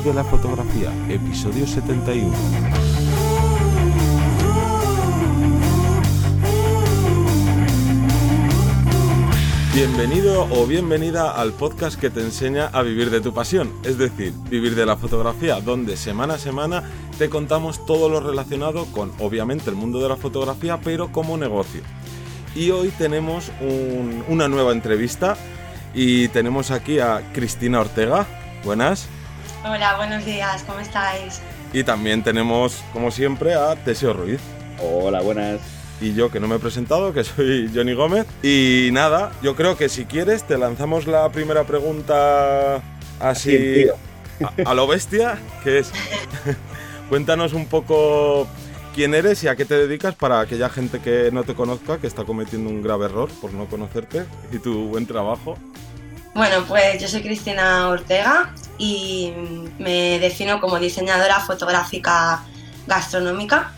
de la fotografía, episodio 71. Bienvenido o bienvenida al podcast que te enseña a vivir de tu pasión, es decir, vivir de la fotografía, donde semana a semana te contamos todo lo relacionado con, obviamente, el mundo de la fotografía, pero como negocio. Y hoy tenemos una nueva entrevista y tenemos aquí a Cristina Ortega. Buenas. Hola, buenos días, ¿cómo estáis? Y también tenemos, como siempre, a Teseo Ruiz. Hola, buenas. Y yo, que no me he presentado, que soy Johnny Gómez. Y nada, yo creo que si quieres te lanzamos la primera pregunta así a lo bestia, que es cuéntanos un poco quién eres y a qué te dedicas para aquella gente que no te conozca, que está cometiendo un grave error por no conocerte, y tu buen trabajo. Bueno, pues yo soy Cristina Ortega y me defino como diseñadora fotográfica gastronómica.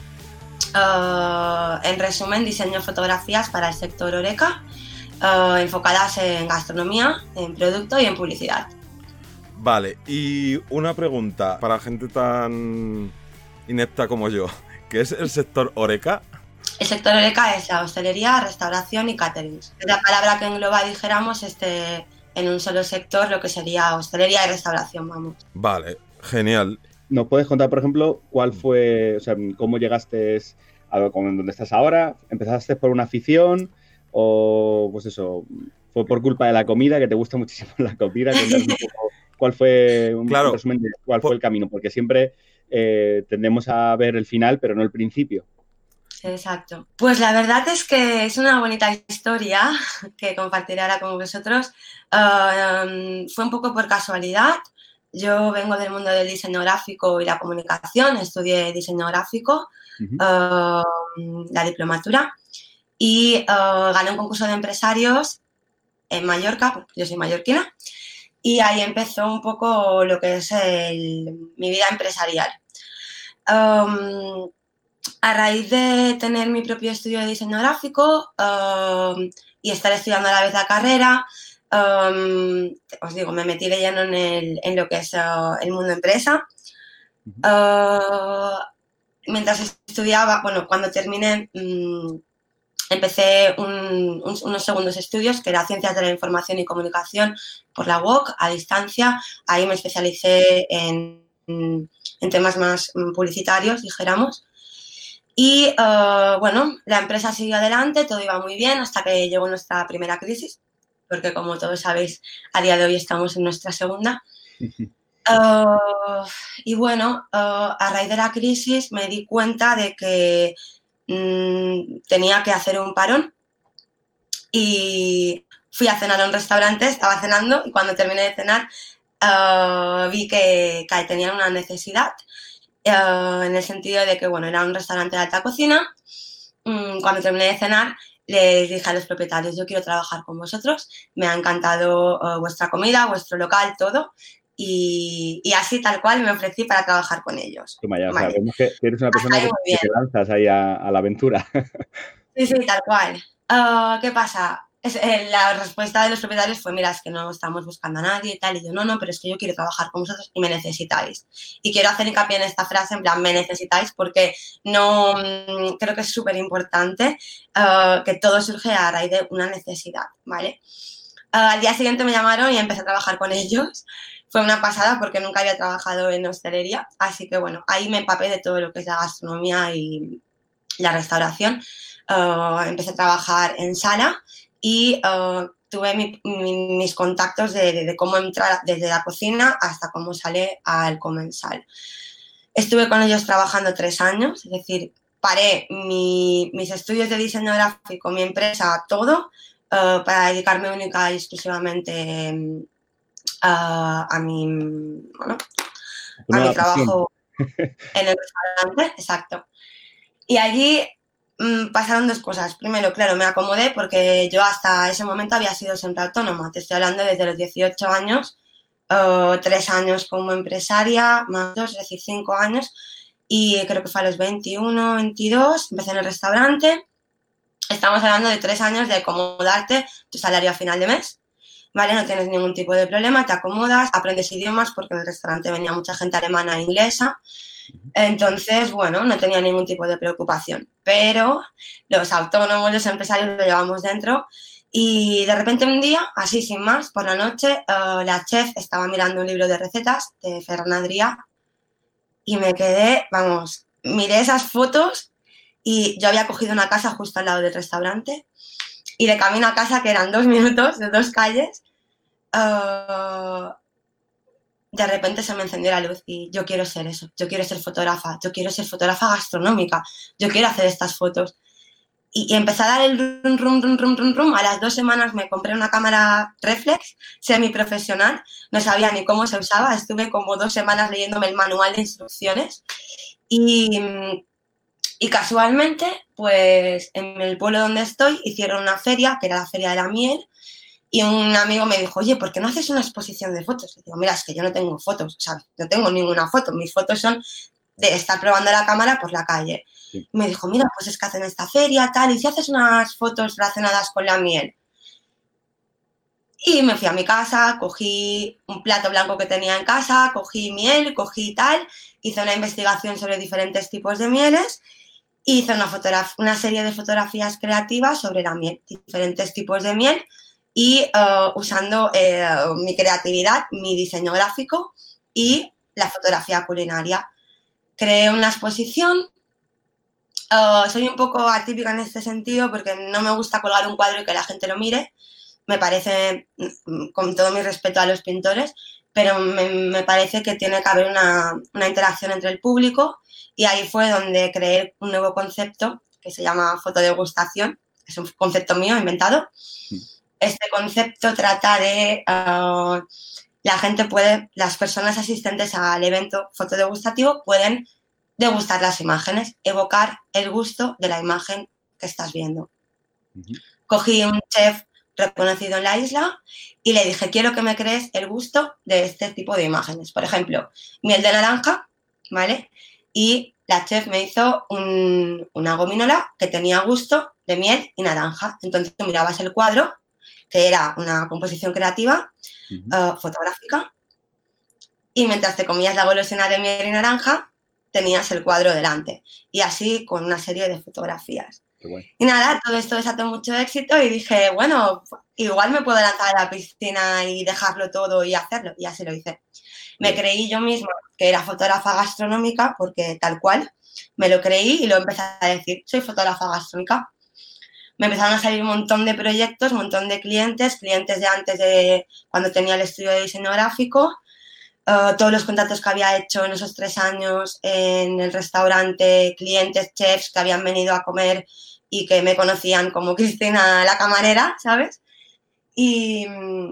En resumen, diseño fotografías para el sector HoReCa, enfocadas en gastronomía, en producto y en publicidad. Vale, y una pregunta para gente tan inepta como yo. ¿Qué es el sector HoReCa? El sector HoReCa es la hostelería, restauración y catering. Es la palabra que engloba, dijéramos, en un solo sector lo que sería hostelería y restauración, vamos. Vale, genial. ¿Nos puedes contar, por ejemplo, cuál fue, o sea, cómo llegaste a donde estás ahora? ¿Empezaste por una afición o, pues eso, fue por culpa de la comida, que te gusta muchísimo la comida? Cuéntanos un poco cuál fue, un resumen de cuál fue el camino, porque siempre tendemos a ver el final, pero no el principio. Exacto. Pues la verdad es que es una bonita historia que compartiré ahora con vosotros. Fue un poco por casualidad. Yo vengo del mundo del diseño gráfico y la comunicación, estudié diseño gráfico, la diplomatura, y gané un concurso de empresarios en Mallorca, porque yo soy mallorquina, y ahí empezó un poco lo que es mi vida empresarial. A raíz de tener mi propio estudio de diseño gráfico y estar estudiando a la vez la carrera, os digo, me metí de lleno en lo que es el mundo empresa. Mientras estudiaba, bueno, cuando terminé, empecé unos segundos estudios, que era Ciencias de la Información y Comunicación por la UOC, a distancia. Ahí me especialicé en temas más publicitarios, dijéramos. Y bueno, la empresa siguió adelante, todo iba muy bien hasta que llegó nuestra primera crisis, porque como todos sabéis, a día de hoy estamos en nuestra segunda. Y bueno, a raíz de la crisis me di cuenta de que tenía que hacer un parón y fui a cenar a un restaurante, estaba cenando y cuando terminé de cenar vi que tenían una necesidad. En el sentido de que, bueno, era un restaurante de alta cocina. Cuando terminé de cenar, les dije a los propietarios, yo quiero trabajar con vosotros, me ha encantado vuestra comida, vuestro local, todo, y así tal cual me ofrecí para trabajar con ellos. Toma ya, vale. O sea, vemos que eres una persona que te lanzas ahí a la aventura. Sí, tal cual. ¿Qué pasa? La respuesta de los propietarios fue, mira, es que no estamos buscando a nadie y tal. Y yo, no, pero es que yo quiero trabajar con vosotros y me necesitáis. Y quiero hacer hincapié en esta frase, en plan, me necesitáis, porque no creo que es súper importante que todo surge a raíz de una necesidad, ¿vale? Al día siguiente me llamaron y empecé a trabajar con ellos. Fue una pasada porque nunca había trabajado en hostelería. Así que, bueno, ahí me empapé de todo lo que es la gastronomía y la restauración. Empecé a trabajar en sala y tuve mis contactos de cómo entrar desde la cocina hasta cómo sale al comensal. Estuve con ellos trabajando 3 años, es decir, paré mis estudios de diseño gráfico, mi empresa, todo, para dedicarme única y exclusivamente a mi trabajo en el restaurante, exacto. Y allí pasaron 2 cosas. Primero, claro, me acomodé porque yo hasta ese momento había sido siempre autónoma. Te estoy hablando desde los 18 años, 3 años como empresaria, más 2, es decir, 5 años. Y creo que fue a los 21, 22, empecé en el restaurante. Estamos hablando de 3 años de acomodarte tu salario a final de mes. ¿vale? No tienes ningún tipo de problema, te acomodas, aprendes idiomas porque en el restaurante venía mucha gente alemana e inglesa. Entonces, bueno, no tenía ningún tipo de preocupación. Pero los autónomos, los empresarios lo llevamos dentro y de repente un día, así sin más, por la noche, la chef estaba mirando un libro de recetas de Ferran Adrià y me quedé, vamos, miré esas fotos y yo había cogido una casa justo al lado del restaurante y de camino a casa, que eran 2 minutos de 2 calles, de repente se me encendió la luz y yo quiero ser eso, yo quiero ser fotógrafa gastronómica, yo quiero hacer estas fotos. Y empecé a dar el rum, rum, rum, rum, rum, rum. A las 2 semanas me compré una cámara reflex semiprofesional, no sabía ni cómo se usaba, estuve como 2 semanas leyéndome el manual de instrucciones y casualmente, pues en el pueblo donde estoy hicieron una feria, que era la Feria de la Miel, y un amigo me dijo, oye, ¿por qué no haces una exposición de fotos? Y digo, mira, es que yo no tengo fotos, ¿sabes? No tengo ninguna foto, mis fotos son de estar probando la cámara por la calle. Sí. Me dijo, mira, pues es que hacen esta feria, tal, y si haces unas fotos relacionadas con la miel. Y me fui a mi casa, cogí un plato blanco que tenía en casa, cogí miel, cogí tal, hice una investigación sobre diferentes tipos de mieles, hice una serie de fotografías creativas sobre la miel, diferentes tipos de miel, y usando mi creatividad, mi diseño gráfico y la fotografía culinaria. Creé una exposición. Soy un poco atípica en este sentido porque no me gusta colgar un cuadro y que la gente lo mire. Me parece, con todo mi respeto a los pintores, pero me parece que tiene que haber una interacción entre el público y ahí fue donde creé un nuevo concepto que se llama fotodegustación. Es un concepto mío inventado. Este concepto trata de las personas asistentes al evento fotodegustativo pueden degustar las imágenes, evocar el gusto de la imagen que estás viendo. Cogí un chef reconocido en la isla y le dije, quiero que me crees el gusto de este tipo de imágenes. Por ejemplo, miel de naranja, ¿vale? Y la chef me hizo una gominola que tenía gusto de miel y naranja. Entonces tú mirabas el cuadro, que era una composición creativa, fotográfica, y mientras te comías la golosina de miel y naranja, tenías el cuadro delante. Y así con una serie de fotografías. Bueno. Y nada, todo esto desató mucho éxito y dije, bueno, igual me puedo lanzar a la piscina y dejarlo todo y hacerlo. Y así lo hice. Me creí yo misma que era fotógrafa gastronómica porque tal cual, me lo creí y lo empecé a decir, soy fotógrafa gastronómica. Me empezaron a salir un montón de proyectos, un montón de clientes de antes de cuando tenía el estudio de diseño gráfico, todos los contactos que había hecho en esos 3 años en el restaurante, clientes, chefs que habían venido a comer y que me conocían como Cristina la camarera, ¿sabes? Y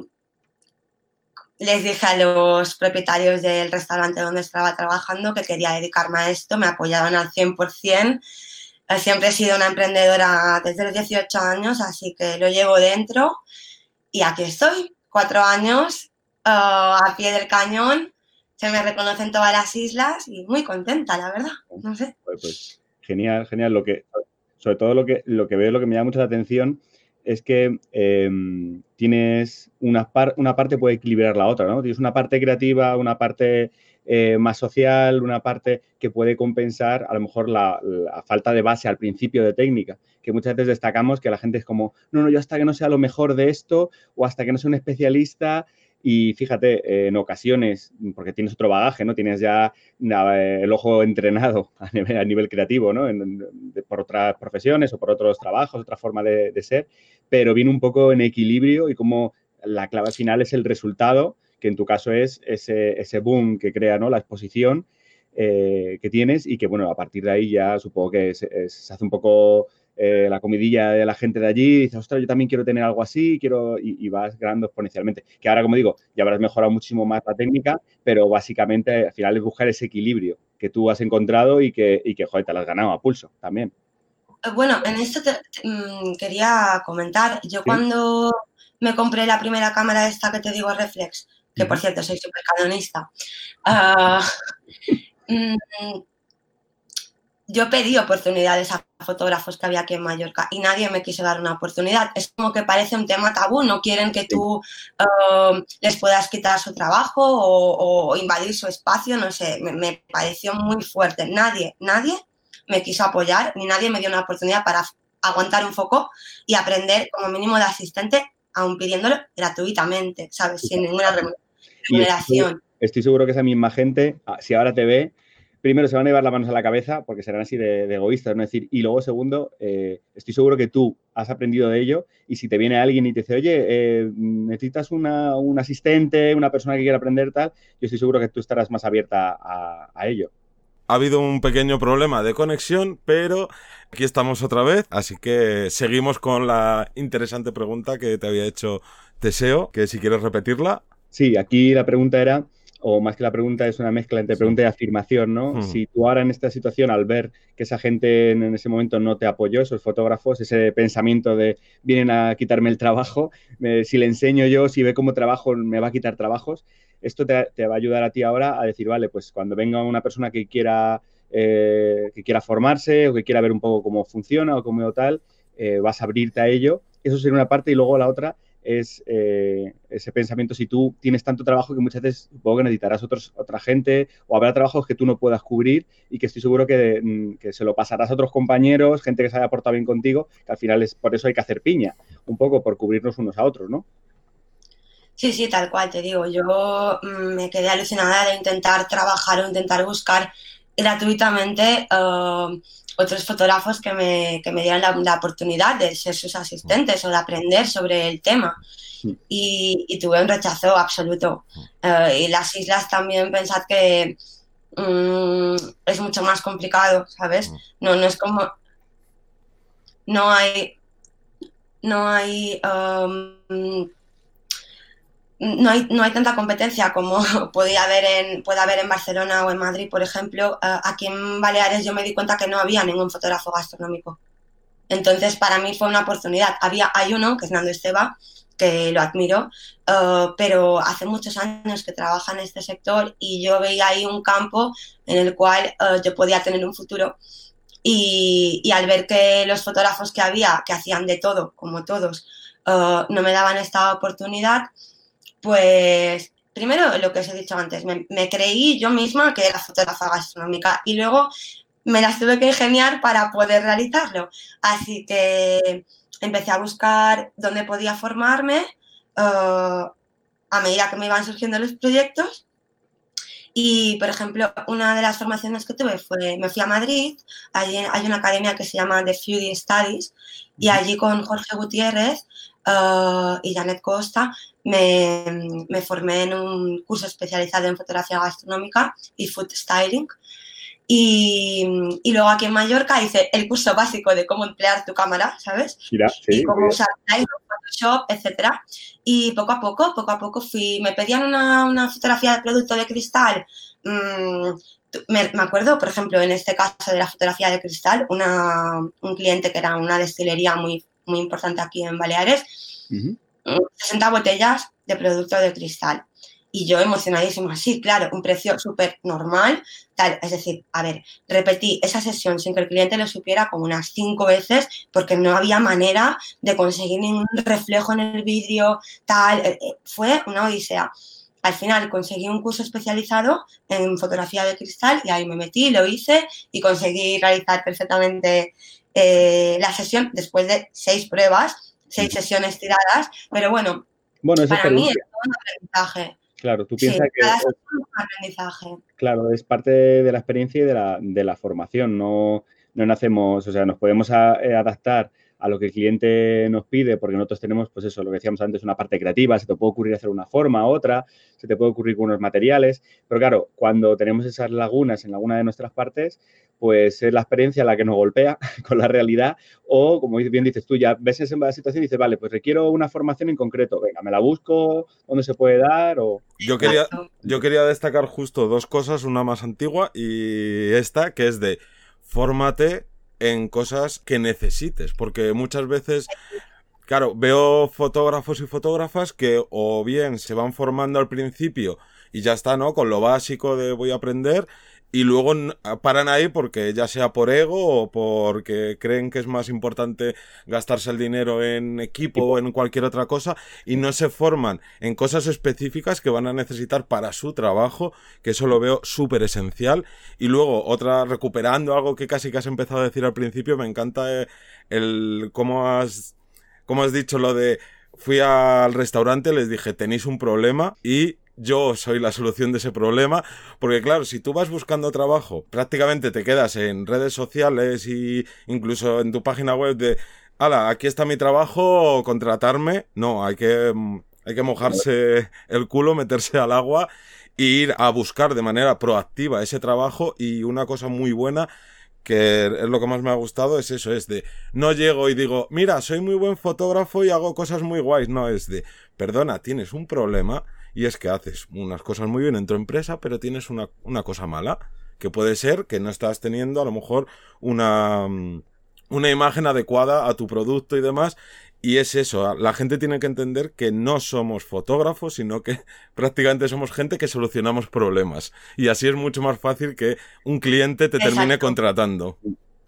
les dije a los propietarios del restaurante donde estaba trabajando que quería dedicarme a esto, me apoyaron al 100%. Siempre he sido una emprendedora desde los 18 años, así que lo llevo dentro y aquí estoy, 4 años a pie del cañón, se me reconocen todas las islas y muy contenta, la verdad, no sé. Pues genial, genial. Sobre todo lo que veo, lo que me llama mucho la atención es que tienes una parte puede equilibrar la otra, ¿no? Tienes una parte creativa, una parte más social, una parte que puede compensar a lo mejor la falta de base al principio de técnica, que muchas veces destacamos que la gente es como, no, yo hasta que no sea lo mejor de esto o hasta que no sea un especialista. Y fíjate, en ocasiones, porque tienes otro bagaje, ¿no? Tienes ya el ojo entrenado a nivel creativo, ¿no? Por otras profesiones o por otros trabajos, otra forma de ser, pero viene un poco en equilibrio y como la clave al final es el resultado, que en tu caso es ese boom que crea, ¿no? La exposición que tienes y que, bueno, a partir de ahí ya supongo que se hace un poco la comidilla de la gente de allí y dices, ostras, yo también quiero tener algo así, y vas ganando exponencialmente. Que ahora, como digo, ya habrás mejorado muchísimo más la técnica, pero básicamente al final es buscar ese equilibrio que tú has encontrado y que joder, te lo has ganado a pulso también. Bueno, en esto quería comentar, yo cuando me compré la primera cámara esta que te digo, reflex, que por cierto soy súper canonista, yo pedí oportunidades a fotógrafos que había aquí en Mallorca y nadie me quiso dar una oportunidad. Es como que parece un tema tabú, no quieren que tú les puedas quitar su trabajo o invadir su espacio, no sé, me pareció muy fuerte. Nadie me quiso apoyar, ni nadie me dio una oportunidad para aguantar un foco y aprender como mínimo de asistente, aún pidiéndolo gratuitamente, ¿sabes? Sin ninguna remuneración. Estoy seguro que esa misma gente, si ahora te ve, primero se van a llevar las manos a la cabeza porque serán así de egoístas, ¿no? Es decir, y luego, segundo, estoy seguro que tú has aprendido de ello y si te viene alguien y te dice, oye, necesitas un asistente, una persona que quiera aprender tal, yo estoy seguro que tú estarás más abierta a ello. Ha habido un pequeño problema de conexión, pero aquí estamos otra vez, así que seguimos con la interesante pregunta que te había hecho Teseo, que si quieres repetirla. Sí, aquí la pregunta era, o más que la pregunta, es una mezcla entre pregunta y afirmación, ¿no? Si tú ahora en esta situación, al ver que esa gente en ese momento no te apoyó, esos fotógrafos, ese pensamiento de vienen a quitarme el trabajo, si le enseño yo, si ve cómo trabajo, me va a quitar trabajos, esto te va a ayudar a ti ahora a decir, vale, pues cuando venga una persona que quiera formarse o que quiera ver un poco cómo funciona o cómo tal, vas a abrirte a ello. Eso sería una parte y luego la otra es ese pensamiento, si tú tienes tanto trabajo que muchas veces supongo que necesitarás otra gente o habrá trabajos que tú no puedas cubrir y que estoy seguro que se lo pasarás a otros compañeros, gente que se haya portado bien contigo, que al final es por eso hay que hacer piña, un poco por cubrirnos unos a otros, ¿no? Sí, tal cual, te digo, yo me quedé alucinada de intentar trabajar o intentar buscar gratuitamente otros fotógrafos que me dieran la oportunidad de ser sus asistentes o de aprender sobre el tema. Y tuve un rechazo absoluto. Y las islas también, pensad que es mucho más complicado, ¿sabes? No es como... No hay tanta competencia como puede haber en Barcelona o en Madrid, por ejemplo. Aquí en Baleares yo me di cuenta que no había ningún fotógrafo gastronómico. Entonces, para mí fue una oportunidad. Hay uno, que es Nando Esteba, que lo admiro, pero hace muchos años que trabaja en este sector y yo veía ahí un campo en el cual yo podía tener un futuro. Y al ver que los fotógrafos que había, que hacían de todo, como todos, no me daban esta oportunidad, pues primero lo que os he dicho antes, me creí yo misma que era fotógrafa gastronómica y luego me las tuve que ingeniar para poder realizarlo. Así que empecé a buscar dónde podía formarme a medida que me iban surgiendo los proyectos. Y, por ejemplo, una de las formaciones que tuve me fui a Madrid, allí hay una academia que se llama The Foodie Studies y allí con Jorge Gutiérrez y Janet Costa me formé en un curso especializado en fotografía gastronómica y food styling. Y luego aquí en Mallorca hice el curso básico de cómo emplear tu cámara, ¿sabes? Mira, sí, y cómo usar Lightroom, Photoshop, etcétera. Y poco a poco me pedían una fotografía de producto de cristal. Me acuerdo, por ejemplo, en este caso de la fotografía de cristal, un cliente que era una destilería muy, muy importante aquí en Baleares, 60 botellas de producto de cristal. Y yo emocionadísima, sí, claro, un precio súper normal, tal. Es decir, a ver, repetí esa sesión sin que el cliente lo supiera como unas 5 veces porque no había manera de conseguir ningún reflejo en el vidrio, tal. Fue una odisea. Al final conseguí un curso especializado en fotografía de cristal y ahí me metí, lo hice y conseguí realizar perfectamente la sesión después de 6 pruebas, 6 sesiones tiradas, pero bueno para mí es todo un aprendizaje. Claro, tú piensas que es un aprendizaje. Claro, es parte de la experiencia y de la formación. No nacemos, o sea, nos podemos adaptar a lo que el cliente nos pide, porque nosotros tenemos, pues eso, lo que decíamos antes, una parte creativa, se te puede ocurrir hacer una forma, otra, se te puede ocurrir con unos materiales, pero claro, cuando tenemos esas lagunas en alguna de nuestras partes, pues es la experiencia la que nos golpea con la realidad o, como bien dices tú, ya ves esa situación y dices, vale, pues requiero una formación en concreto, venga, me la busco, ¿dónde se puede dar? O... Yo quería destacar justo 2 cosas, una más antigua y esta, que es de fórmate en cosas que necesites, porque muchas veces, claro, veo fotógrafos y fotógrafas que o bien se van formando al principio y ya está, ¿no? Con lo básico de voy a aprender y luego paran ahí porque ya sea por ego o porque creen que es más importante gastarse el dinero en equipo o en cualquier otra cosa y no se forman en cosas específicas que van a necesitar para su trabajo, que eso lo veo súper esencial. Y luego otra, recuperando algo que casi que has empezado a decir al principio, me encanta cómo has dicho lo de fui al restaurante, les dije tenéis un problema y yo soy la solución de ese problema, porque claro, si tú vas buscando trabajo, prácticamente te quedas en redes sociales y incluso en tu página web de, hala, aquí está mi trabajo, contratarme. No, hay que mojarse el culo, meterse al agua e ir a buscar de manera proactiva ese trabajo. Y una cosa muy buena, que es lo que más me ha gustado, es eso, es de, no llego y digo, mira, soy muy buen fotógrafo y hago cosas muy guays. No, es de, perdona, tienes un problema y es que haces unas cosas muy bien en tu empresa, pero tienes una cosa mala, que puede ser que no estás teniendo a lo mejor una imagen adecuada a tu producto y demás. Y es eso, la gente tiene que entender que no somos fotógrafos, sino que prácticamente somos gente que solucionamos problemas. Y así es mucho más fácil que un cliente te termine contratando.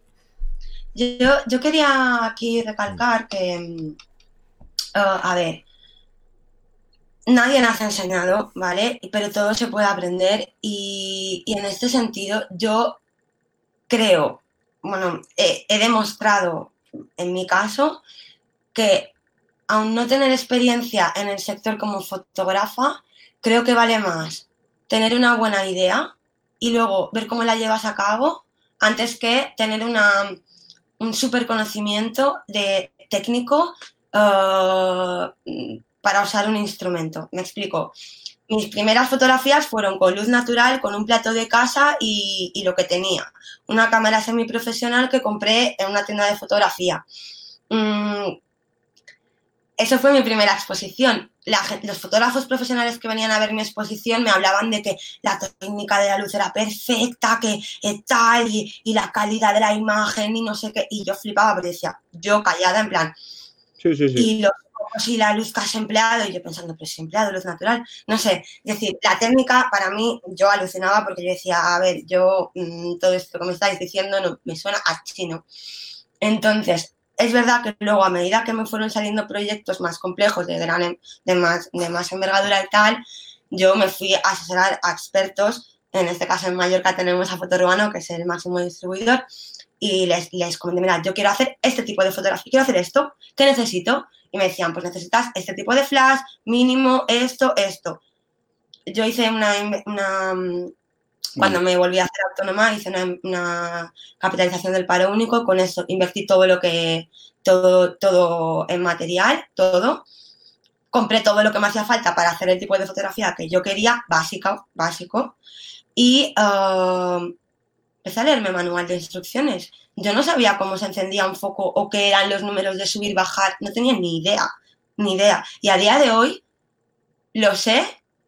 Yo quería aquí recalcar que, a ver, nadie nos ha enseñado, ¿vale? Pero todo se puede aprender y en este sentido yo creo, bueno, he demostrado en mi caso que aun no tener experiencia en el sector como fotógrafa, creo que vale más tener una buena idea y luego ver cómo la llevas a cabo antes que tener un súper conocimiento de técnico para usar un instrumento. Me explico. Mis primeras fotografías fueron con luz natural, con un plato de casa y lo que tenía. Una cámara semiprofesional que compré en una tienda de fotografía. Eso fue mi primera exposición. Los fotógrafos profesionales que venían a ver mi exposición me hablaban de que la técnica de la luz era perfecta, que tal, y la calidad de la imagen y no sé qué. Y yo flipaba porque decía, yo callada en plan... Sí. Y los focos y la luz que has empleado, y yo pensando, pero si he empleado luz natural, no sé, es decir, la técnica para mí, yo alucinaba porque yo decía, a ver, yo todo esto que me estáis diciendo no, me suena a chino. Entonces, es verdad que luego a medida que me fueron saliendo proyectos más complejos, de más envergadura y tal, yo me fui a asesorar a expertos. En este caso en Mallorca tenemos a Fotourbano, que es el máximo distribuidor, y les comenté, mira, yo quiero hacer este tipo de fotografía, quiero hacer esto, ¿qué necesito? Y me decían, pues necesitas este tipo de flash, mínimo, esto. Yo hice cuando me volví a hacer autónoma, hice una capitalización del paro único, con eso invertí todo en material, todo. Compré todo lo que me hacía falta para hacer el tipo de fotografía que yo quería, básico, y empecé a leerme manual de instrucciones. Yo no sabía cómo se encendía un foco o qué eran los números de subir, bajar, no tenía ni idea. Y a día de hoy lo sé,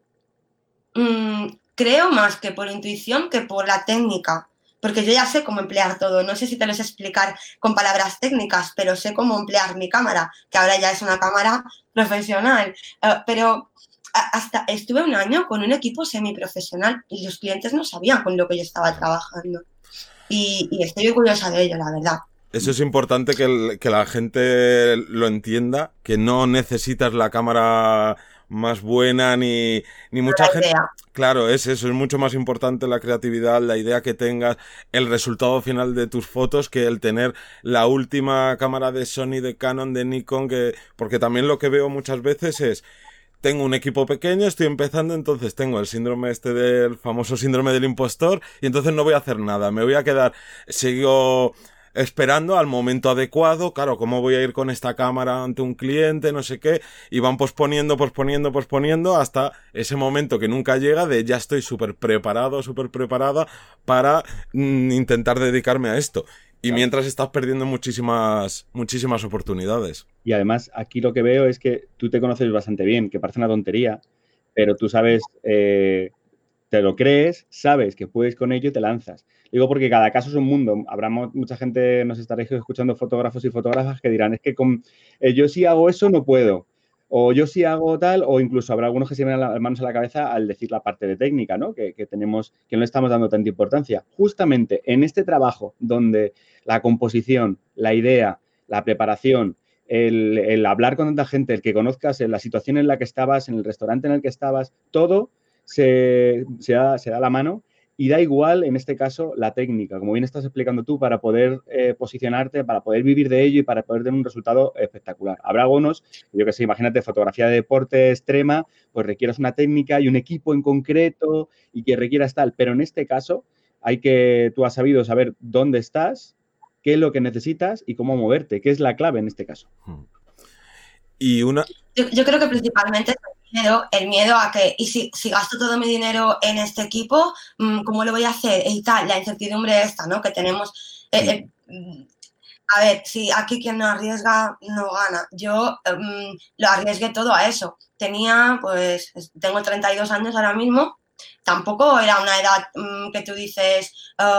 creo más que por intuición que por la técnica, porque yo ya sé cómo emplear todo. No sé si te lo sé explicar con palabras técnicas, pero sé cómo emplear mi cámara, que ahora ya es una cámara profesional, pero hasta estuve un año con un equipo semiprofesional y los clientes no sabían con lo que yo estaba trabajando. Y estoy orgullosa de ello, la verdad. Eso es importante que la gente lo entienda, que no necesitas la cámara más buena ni mucha gente. Idea. Claro, es eso, es mucho más importante la creatividad, la idea que tengas, el resultado final de tus fotos que el tener la última cámara de Sony, de Canon, de Nikon, porque también lo que veo muchas veces es, tengo un equipo pequeño, estoy empezando, entonces tengo el síndrome del famoso síndrome del impostor y entonces no voy a hacer nada, me voy a quedar, sigo esperando al momento adecuado, claro, ¿cómo voy a ir con esta cámara ante un cliente, no sé qué? Y van posponiendo hasta ese momento que nunca llega de ya estoy súper preparada para intentar dedicarme a esto. Y claro, mientras estás perdiendo muchísimas oportunidades. Y además aquí lo que veo es que tú te conoces bastante bien, que parece una tontería, pero tú sabes, te lo crees, sabes que puedes con ello y te lanzas. Digo porque cada caso es un mundo. Habrá mucha gente, nos estaréis escuchando, fotógrafos y fotógrafas que dirán, es que yo si hago eso no puedo. o yo sí hago tal, o incluso habrá algunos que se me dan las manos a la cabeza al decir la parte de técnica, ¿no? Que tenemos, que no le estamos dando tanta importancia. Justamente en este trabajo donde la composición, la idea, la preparación, el hablar con tanta gente, el que conozcas la situación en la que estabas, en el restaurante en el que estabas, todo se da la mano. Y da igual, en este caso, la técnica, como bien estás explicando tú, para poder posicionarte, para poder vivir de ello y para poder tener un resultado espectacular. Habrá algunos, yo que sé, imagínate, fotografía de deporte extrema, pues requieres una técnica y un equipo en concreto y que requieras tal. Pero en este caso, tú has sabido saber dónde estás, qué es lo que necesitas y cómo moverte, que es la clave en este caso. Y una... Yo creo que principalmente el miedo a que, y si gasto todo mi dinero en este equipo, ¿cómo lo voy a hacer? Y tal, la incertidumbre esta, ¿no? Que tenemos. A ver, si aquí quien no arriesga no gana. Yo lo arriesgué todo a eso. Tengo 32 años ahora mismo. Tampoco era una edad que tú dices,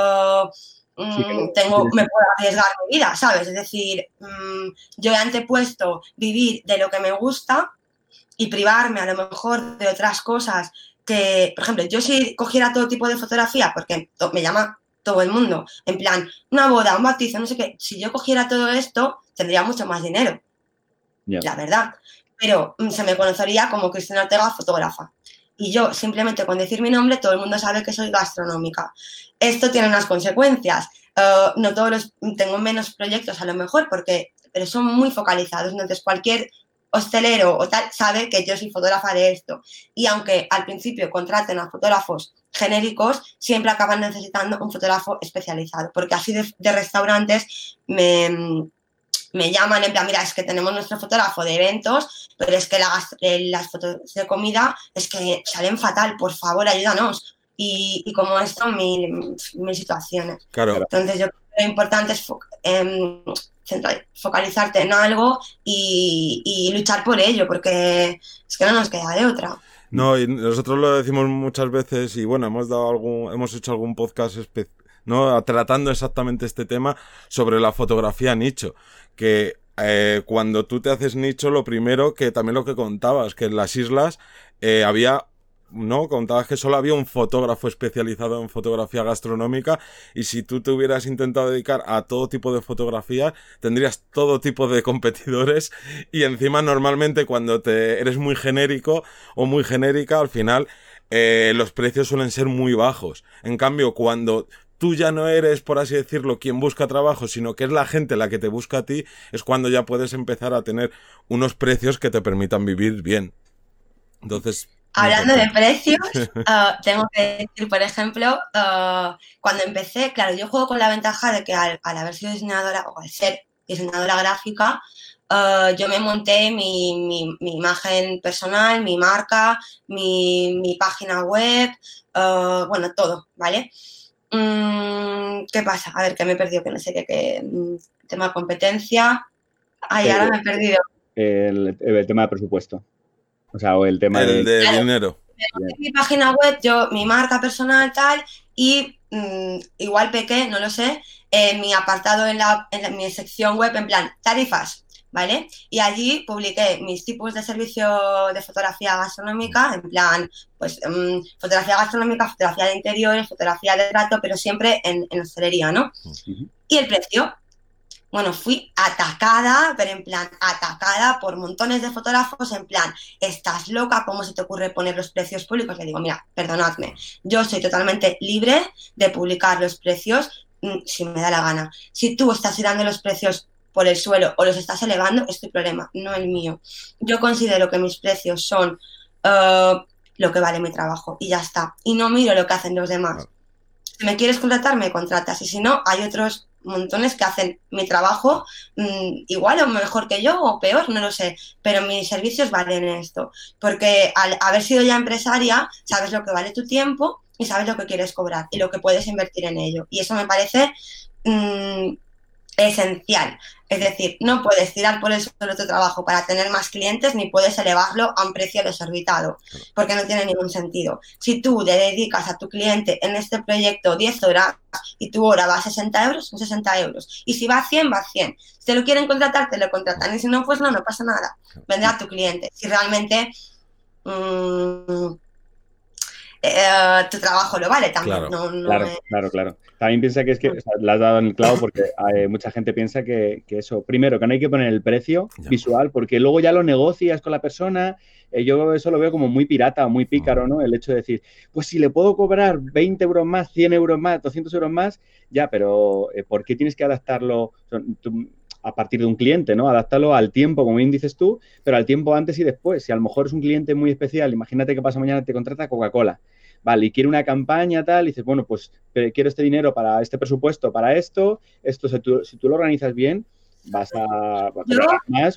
me puedo arriesgar mi vida, ¿sabes? Es decir, yo he antepuesto vivir de lo que me gusta y privarme a lo mejor de otras cosas que, por ejemplo, yo si cogiera todo tipo de fotografía, porque me llama todo el mundo, en plan, una boda, un bautizo, no sé qué, si yo cogiera todo esto, tendría mucho más dinero, la verdad, pero se me conocería como Cristina Ortega, fotógrafa. Y yo, simplemente con decir mi nombre, todo el mundo sabe que soy gastronómica. Esto tiene unas consecuencias. Tengo menos proyectos a lo mejor, pero son muy focalizados. Entonces, cualquier hostelero o tal sabe que yo soy fotógrafa de esto. Y aunque al principio contraten a fotógrafos genéricos, siempre acaban necesitando un fotógrafo especializado. Porque así de restaurantes me llaman en plan, mira, es que tenemos nuestro fotógrafo de eventos, pero es que las fotos de comida es que salen fatal, por favor, ayúdanos. Y como esto, mil situaciones. Claro. Entonces yo creo que lo importante es focalizarte en algo y luchar por ello, porque es que no nos queda de otra. No, y nosotros lo decimos muchas veces y bueno, hemos hecho algún podcast ¿no? Tratando exactamente este tema sobre la fotografía nicho, que cuando tú te haces nicho, lo primero que también lo que contabas, que en las islas contabas que solo había un fotógrafo especializado en fotografía gastronómica y si tú te hubieras intentado dedicar a todo tipo de fotografía, tendrías todo tipo de competidores y encima normalmente cuando eres muy genérico o muy genérica, al final los precios suelen ser muy bajos. En cambio, cuando tú ya no eres, por así decirlo, quien busca trabajo, sino que es la gente la que te busca a ti, es cuando ya puedes empezar a tener unos precios que te permitan vivir bien. Entonces... Hablando de precios, tengo que decir, por ejemplo, cuando empecé, claro, yo juego con la ventaja de que al haber sido diseñadora o al ser diseñadora gráfica, yo me monté mi imagen personal, mi marca, mi página web, bueno, todo, ¿vale? ¿Qué pasa? A ver, que me he perdido, que no sé qué tema de competencia. Ay, ahora me he perdido. El tema de presupuesto. O sea, o el tema de dinero. Mi página web, mi marca personal, tal, y igual pequé, no lo sé, mi apartado en mi sección web, en plan, tarifas, ¿vale? Y allí publiqué mis tipos de servicio de fotografía gastronómica, en plan, pues, fotografía gastronómica, fotografía de interiores, fotografía de trato, pero siempre en hostelería, ¿no? Uh-huh. Y el precio. Bueno, fui atacada, pero en plan atacada por montones de fotógrafos, en plan, estás loca, ¿cómo se te ocurre poner los precios públicos? Le digo, mira, perdonadme, yo soy totalmente libre de publicar los precios si me da la gana. Si tú estás tirando los precios por el suelo o los estás elevando, es tu problema, no el mío. Yo considero que mis precios son lo que vale mi trabajo y ya está. Y no miro lo que hacen los demás. Si me quieres contratar, me contratas. Y si no, hay otros montones que hacen mi trabajo igual o mejor que yo o peor, no lo sé, pero mis servicios valen esto, porque al haber sido ya empresaria sabes lo que vale tu tiempo y sabes lo que quieres cobrar y lo que puedes invertir en ello, y eso me parece esencial. Es decir, no puedes tirar por el suelo tu trabajo para tener más clientes ni puedes elevarlo a un precio desorbitado, porque no tiene ningún sentido. Si tú le dedicas a tu cliente en este proyecto 10 horas y tu hora va a 60 euros, son 60 euros. Y si va a 100, va a 100. Si te lo quieren contratar, te lo contratan. Y si no, pues no pasa nada. Vendrá tu cliente. Si realmente tu trabajo lo vale también. Claro. También piensa que o sea, le has dado en el clavo porque mucha gente piensa que eso, primero, que no hay que poner el precio visual porque luego ya lo negocias con la persona. Yo eso lo veo como muy pirata o muy pícaro, ¿no? El hecho de decir, pues si le puedo cobrar 20 euros más, 100 euros más, 200 euros más, ya, pero ¿por qué tienes que adaptarlo a partir de un cliente, ¿no? Adaptarlo al tiempo, como bien dices tú, pero al tiempo antes y después. Si a lo mejor es un cliente muy especial, imagínate que pasa mañana te contrata Coca-Cola. Vale, y quiere una campaña tal, y dices, bueno, pues quiero este dinero para este presupuesto, para esto si tú lo organizas bien, vas a ganar más.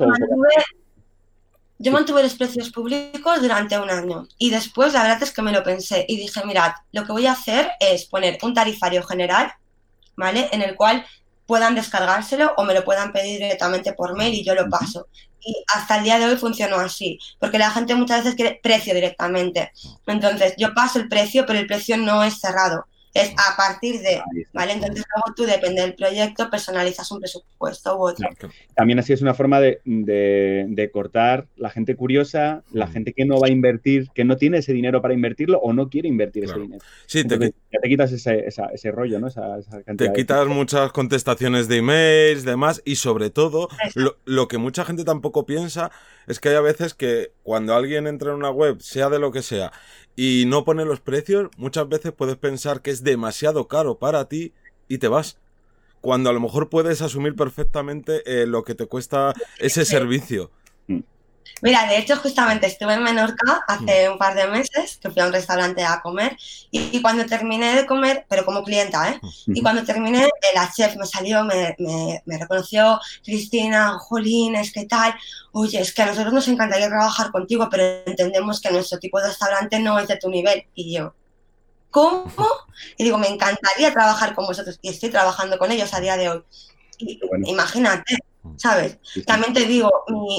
Yo mantuve los precios públicos durante un año y después la verdad es que me lo pensé y dije, mirad, lo que voy a hacer es poner un tarifario general, ¿vale? En el cual puedan descargárselo o me lo puedan pedir directamente por mail y yo lo paso. Y hasta el día de hoy funcionó así, porque la gente muchas veces quiere precio directamente. Entonces, yo paso el precio, pero el precio no es cerrado. Es a partir de, ¿vale? Entonces, luego tú, depende del proyecto, personalizas un presupuesto u otro. También así es una forma de cortar la gente curiosa, la gente que no va a invertir, que no tiene ese dinero para invertirlo o no quiere invertir ese dinero. Sí, entonces, ya te quitas ese rollo, ¿no? Esa cantidad. Te quitas muchas contestaciones de emails, demás, y sobre todo, lo que mucha gente tampoco piensa es que hay a veces que cuando alguien entra en una web, sea de lo que sea, y no pone los precios, muchas veces puedes pensar que es demasiado caro para ti y te vas. Cuando a lo mejor puedes asumir perfectamente lo que te cuesta ese servicio. Mira, de hecho, justamente estuve en Menorca hace un par de meses, que fui a un restaurante a comer, y cuando terminé de comer, pero como clienta, y cuando terminé, la chef me salió, me reconoció, Cristina, jolines, ¿qué tal? Oye, es que a nosotros nos encantaría trabajar contigo, pero entendemos que nuestro tipo de restaurante no es de tu nivel. Y yo, ¿cómo? Y digo, me encantaría trabajar con vosotros, y estoy trabajando con ellos a día de hoy. Y, imagínate, ¿sabes? También te digo,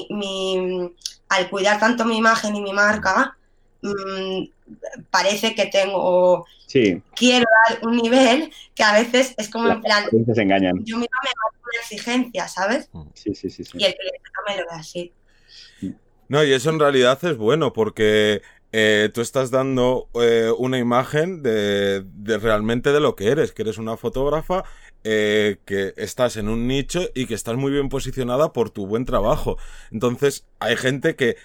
al cuidar tanto mi imagen y mi marca, parece que quiero dar un nivel que a veces es como en plan, se engañan. Yo misma me hago una exigencia, ¿sabes? Sí. Y el cliente también lo ve así. No, y eso en realidad es bueno porque tú estás dando una imagen de realmente de lo que eres una fotógrafa, que estás en un nicho y que estás muy bien posicionada por tu buen trabajo. Entonces hay gente que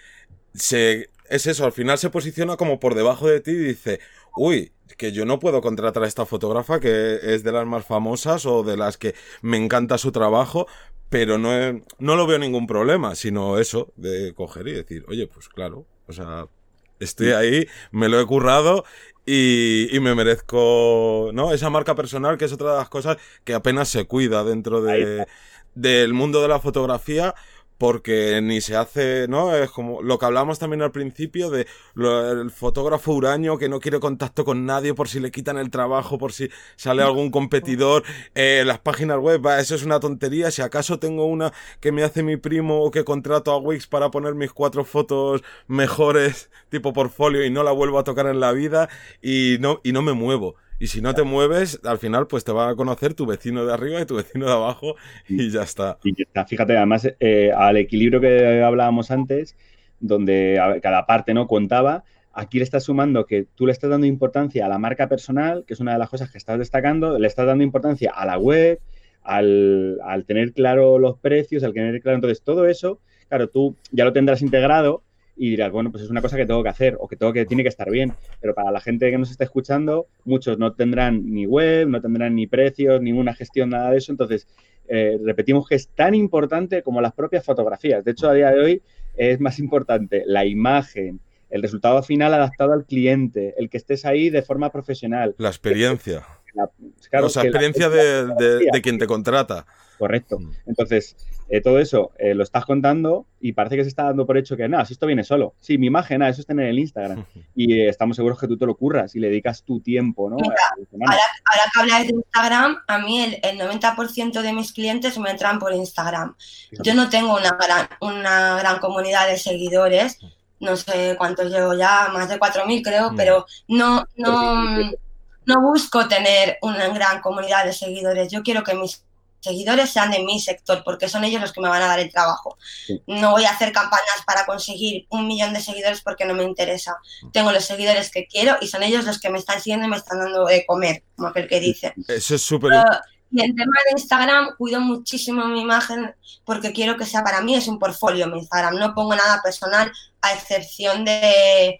es eso, al final se posiciona como por debajo de ti y dice, uy, que yo no puedo contratar a esta fotógrafa que es de las más famosas o de las que me encanta su trabajo, pero no lo veo ningún problema, sino eso, de coger y decir, oye, pues claro, o sea, estoy ahí, me lo he currado y me merezco, ¿no? Esa marca personal, que es otra de las cosas que apenas se cuida dentro del mundo de la fotografía, porque ni se hace, ¿no? Es como lo que hablamos también al principio de el fotógrafo huraño que no quiere contacto con nadie por si le quitan el trabajo, por si sale algún competidor. Las páginas web, eso es una tontería. Si acaso tengo una que me hace mi primo o que contrato a Wix para poner mis 4 fotos mejores tipo portfolio y no la vuelvo a tocar en la vida y no me muevo. Y si no te mueves, al final pues te va a conocer tu vecino de arriba y tu vecino de abajo y ya está. Y ya está. Fíjate, además, al equilibrio que hablábamos antes, donde cada parte no contaba, aquí le estás sumando que tú le estás dando importancia a la marca personal, que es una de las cosas que estás destacando, le estás dando importancia a la web, al tener claro los precios, al tener claro... Entonces, todo eso, claro, tú ya lo tendrás integrado y dirás, bueno, pues es una cosa que tengo que hacer o que tiene que estar bien. Pero para la gente que nos está escuchando, muchos no tendrán ni web, no tendrán ni precios, ninguna gestión, nada de eso. Entonces, repetimos que es tan importante como las propias fotografías. De hecho, a día de hoy es más importante la imagen, el resultado final adaptado al cliente, el que estés ahí de forma profesional. La experiencia. Claro, o sea, experiencia de quien te contrata. Correcto. Entonces, todo eso lo estás contando y parece que se está dando por hecho que, nada, si esto viene solo. Sí, mi imagen, eso es tener el Instagram. Y estamos seguros que tú te lo curras y le dedicas tu tiempo, ¿no? Mira, ahora que habláis de Instagram, a mí el 90% de mis clientes me entran por Instagram. Yo no tengo una gran comunidad de seguidores, no sé cuántos llevo ya, más de 4.000 creo, pero no busco tener una gran comunidad de seguidores. Yo quiero que mis seguidores sean de mi sector, porque son ellos los que me van a dar el trabajo. Sí. No voy a hacer campañas para conseguir 1 millón de seguidores porque no me interesa. Tengo los seguidores que quiero y son ellos los que me están siguiendo y me están dando de comer, como aquel que dice. Eso es súper... Y en tema de Instagram, cuido muchísimo mi imagen porque quiero que sea, para mí es un portfolio mi Instagram. No pongo nada personal, a excepción de,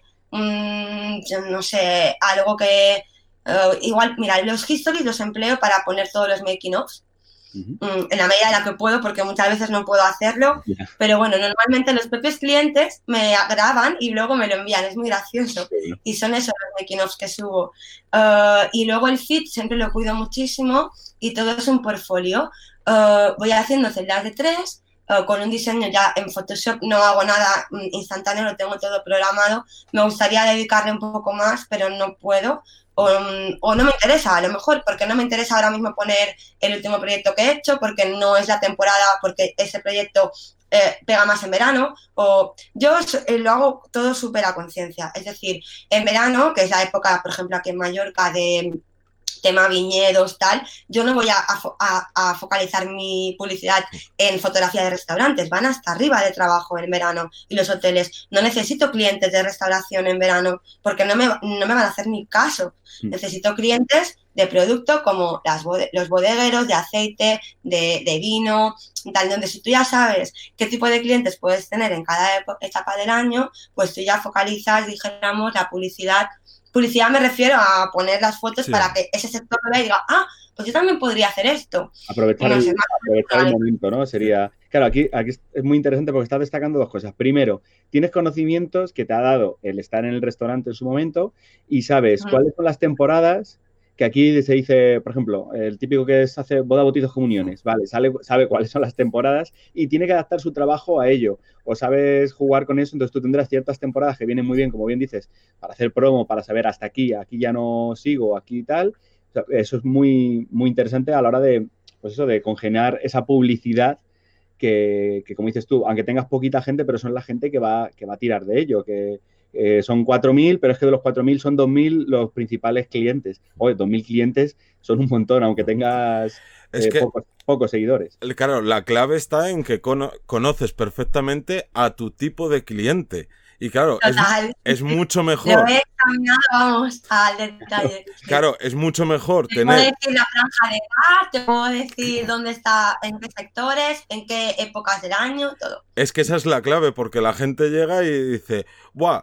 no sé, algo que... igual, mira, los histories los empleo para poner todos los making ofs. En la medida en la que puedo, porque muchas veces no puedo hacerlo, pero bueno, normalmente los propios clientes me graban y luego me lo envían, es muy gracioso, y son esos los making-ofs que subo. Y luego el feed siempre lo cuido muchísimo y todo es un portfolio. Voy haciendo celdas de 3, con un diseño ya en Photoshop, no hago nada instantáneo, lo tengo todo programado. Me gustaría dedicarle un poco más, pero no puedo. O no me interesa, a lo mejor, porque no me interesa ahora mismo poner el último proyecto que he hecho, porque no es la temporada, porque ese proyecto pega más en verano, o yo lo hago todo súper a conciencia. Es decir, en verano, que es la época, por ejemplo, aquí en Mallorca de tema viñedos, tal, yo no voy a focalizar mi publicidad en fotografía de restaurantes, van hasta arriba de trabajo en verano, y los hoteles. No necesito clientes de restauración en verano porque no me van a hacer ni caso. Necesito clientes de producto como los bodegueros, de aceite, de vino, tal, donde si tú ya sabes qué tipo de clientes puedes tener en cada etapa del año, pues tú ya focalizas, dijéramos, la publicidad. Publicidad me refiero a poner las fotos para que ese sector lo vea y diga, pues yo también podría hacer esto. Aprovechar el momento, ¿no? Sería... Claro, aquí es muy interesante porque estás destacando 2 cosas. Primero, tienes conocimientos que te ha dado el estar en el restaurante en su momento y sabes cuáles son las temporadas, que aquí se dice, por ejemplo, el típico que hace boda, bautizos, comuniones, ¿vale? Sabe cuáles son las temporadas y tiene que adaptar su trabajo a ello. O sabes jugar con eso, entonces tú tendrás ciertas temporadas que vienen muy bien, como bien dices, para hacer promo, para saber hasta aquí ya no sigo, aquí y tal. O sea, eso es muy, muy interesante a la hora de, pues eso, de congeniar esa publicidad que, como dices tú, aunque tengas poquita gente, pero son la gente que va a tirar de ello, que son 4.000, pero es que de los 4.000 son 2.000 los principales clientes. Oye, 2.000 clientes son un montón, aunque tengas pocos seguidores. Claro, la clave está en que conoces perfectamente a tu tipo de cliente. Y claro, es mucho mejor. Lo he examinado, vamos, al detalle. Claro, es mucho mejor te puedo decir la franja de edad, te puedo decir dónde está, en qué sectores, en qué épocas del año, todo. Es que esa es la clave, porque la gente llega y dice, ¡buah!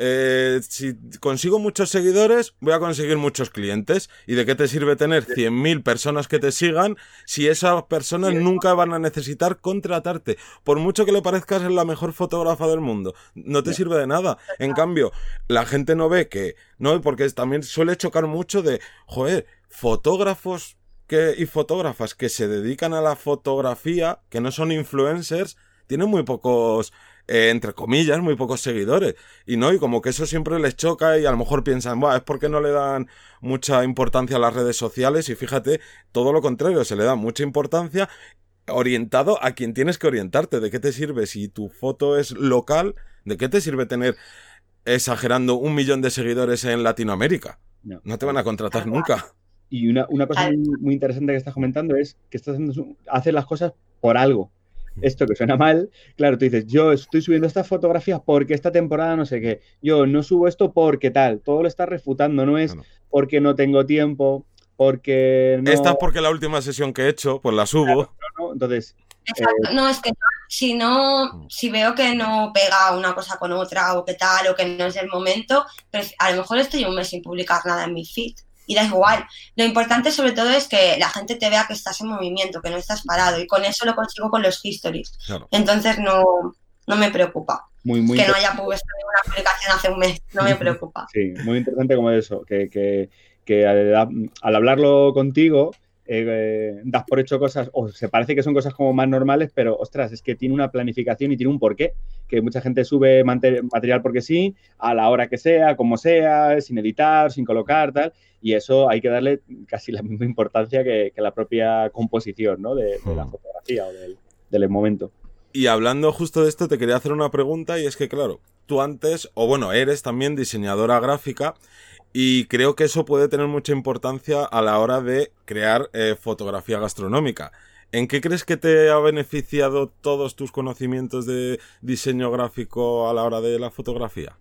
Si consigo muchos seguidores, voy a conseguir muchos clientes. ¿Y de qué te sirve tener 100.000 personas que te sigan si esas personas nunca van a necesitar contratarte? Por mucho que le parezcas la mejor fotógrafa del mundo, no te sirve de nada. En cambio, la gente no ve que... No, porque también suele chocar mucho de... Joder, fotógrafos y fotógrafas que se dedican a la fotografía, que no son influencers, tienen muy pocos... entre comillas, muy pocos seguidores. Y como que eso siempre les choca y a lo mejor piensan, es porque no le dan mucha importancia a las redes sociales, y fíjate, todo lo contrario, se le da mucha importancia orientado a quien tienes que orientarte. ¿De qué te sirve si tu foto es local? ¿De qué te sirve tener, exagerando, 1 millón de seguidores en Latinoamérica? No te van a contratar nunca. Y una cosa muy, muy interesante que estás comentando es que haces las cosas por algo. Esto que suena mal, claro, tú dices, yo estoy subiendo estas fotografías porque esta temporada no sé qué, yo no subo esto porque tal, todo lo estás refutando, no es porque no tengo tiempo, porque no... Esta es porque la última sesión que he hecho, pues la subo. Claro, entonces... Exacto. No, es que si veo que no pega una cosa con otra o que tal, o que no es el momento, pues a lo mejor estoy 1 mes sin publicar nada en mi feed. Y da igual. Lo importante sobre todo es que la gente te vea que estás en movimiento, que no estás parado. Y con eso lo consigo con los histories. Claro. Entonces no me preocupa. Muy que no haya puesto ninguna publicación hace 1 mes. No me preocupa. Sí, muy interesante como eso. Que al hablarlo contigo, das por hecho cosas, o se parece que son cosas como más normales, pero, ostras, es que tiene una planificación y tiene un porqué, que mucha gente sube material porque sí, a la hora que sea, como sea, sin editar, sin colocar, tal, y eso hay que darle casi la misma importancia que la propia composición, ¿no? de la fotografía o del momento. Y hablando justo de esto, te quería hacer una pregunta, y es que, claro, tú antes, o bueno, eres también diseñadora gráfica, y creo que eso puede tener mucha importancia a la hora de crear fotografía gastronómica. ¿En qué crees que te ha beneficiado todos tus conocimientos de diseño gráfico a la hora de la fotografía?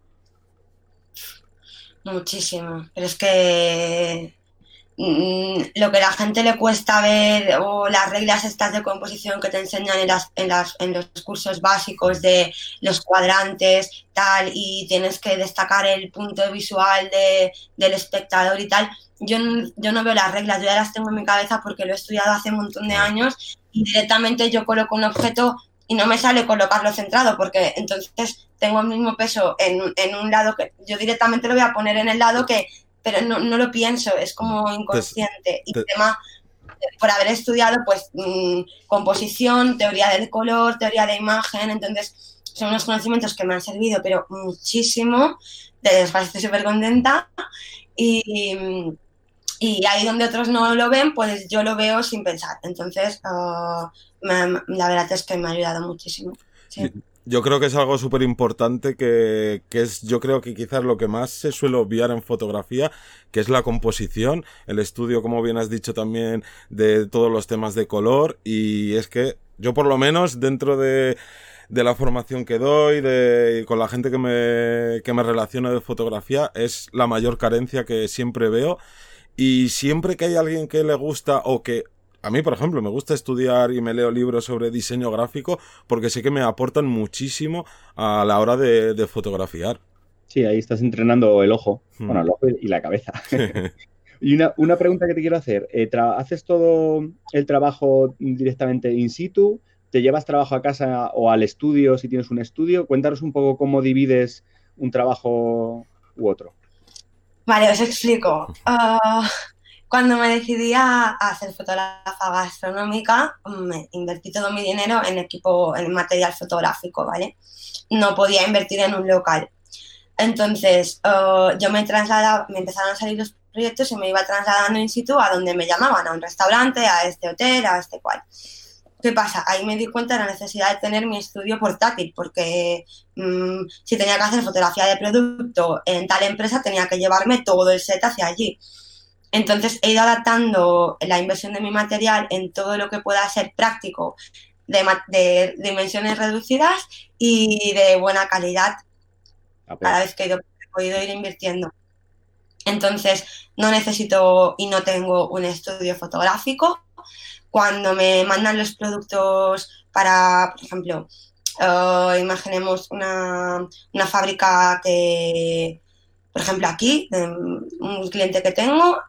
Muchísimo. Pero es que lo que a la gente le cuesta ver, o las reglas estas de composición que te enseñan en los cursos básicos de los cuadrantes, tal, y tienes que destacar el punto visual del espectador y tal. Yo no veo las reglas, yo ya las tengo en mi cabeza porque lo he estudiado hace un montón de años, y directamente yo coloco un objeto y no me sale colocarlo centrado, porque entonces tengo el mismo peso en un lado, que yo directamente lo voy a poner en el lado que, pero no lo pienso, es como inconsciente. Y además, por haber estudiado pues composición, teoría del color, teoría de imagen, entonces son unos conocimientos que me han servido, pero muchísimo. Después estoy súper contenta. Y ahí donde otros no lo ven, pues yo lo veo sin pensar. Entonces, la verdad es que me ha ayudado muchísimo. Sí. Yo creo que es algo súper importante que es, yo creo que quizás lo que más se suele obviar en fotografía, que es la composición, el estudio, como bien has dicho también, de todos los temas de color. Y es que yo, por lo menos, dentro de la formación que doy, con la gente que me relaciona de fotografía, es la mayor carencia que siempre veo. Y siempre que hay alguien que le gusta, o que a mí, por ejemplo, me gusta estudiar y me leo libros sobre diseño gráfico, porque sé que me aportan muchísimo a la hora de fotografiar. Sí, ahí estás entrenando el ojo, bueno, el ojo y la cabeza. Y una pregunta que te quiero hacer, ¿haces todo el trabajo directamente in situ? ¿Te llevas trabajo a casa o al estudio si tienes un estudio? Cuéntanos un poco cómo divides un trabajo u otro. Vale, os explico. Cuando me decidí a ser fotógrafa gastronómica, me invertí todo mi dinero en equipo, en material fotográfico, ¿vale? No podía invertir en un local. Entonces, yo me empezaron a salir los proyectos y me iba trasladando in situ a donde me llamaban, a un restaurante, a este hotel, a este cual. ¿Qué pasa? Ahí me di cuenta de la necesidad de tener mi estudio portátil, porque si tenía que hacer fotografía de producto en tal empresa, tenía que llevarme todo el set hacia allí. Entonces he ido adaptando la inversión de mi material en todo lo que pueda ser práctico, de dimensiones reducidas y de buena calidad, cada vez que he podido ir invirtiendo. Entonces no necesito y no tengo un estudio fotográfico. Cuando me mandan los productos para, por ejemplo, imaginemos una fábrica que, por ejemplo, aquí, un cliente que tengo,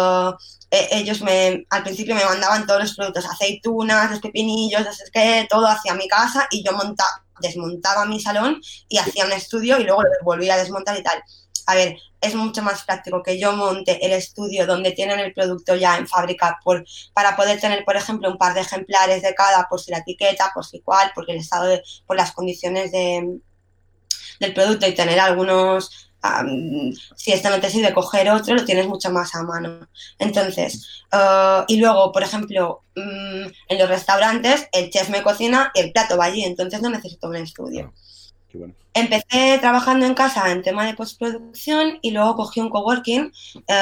ellos al principio me mandaban todos los productos, aceitunas, los pepinillos, no sé qué, todo hacia mi casa, y yo desmontaba mi salón y hacía un estudio y luego lo volvía a desmontar y tal. A ver, es mucho más práctico que yo monte el estudio donde tienen el producto ya en fábrica para poder tener, por ejemplo, un par de ejemplares de cada, por si la etiqueta, por si cual, porque el estado por las condiciones del producto, y tener algunos... si esto no te sirve, coger otro, lo tienes mucho más a mano. Entonces, y luego, por ejemplo, en los restaurantes el chef me cocina y el plato va allí, entonces no necesito un estudio. Qué bueno. Empecé trabajando en casa en tema de postproducción y luego cogí un coworking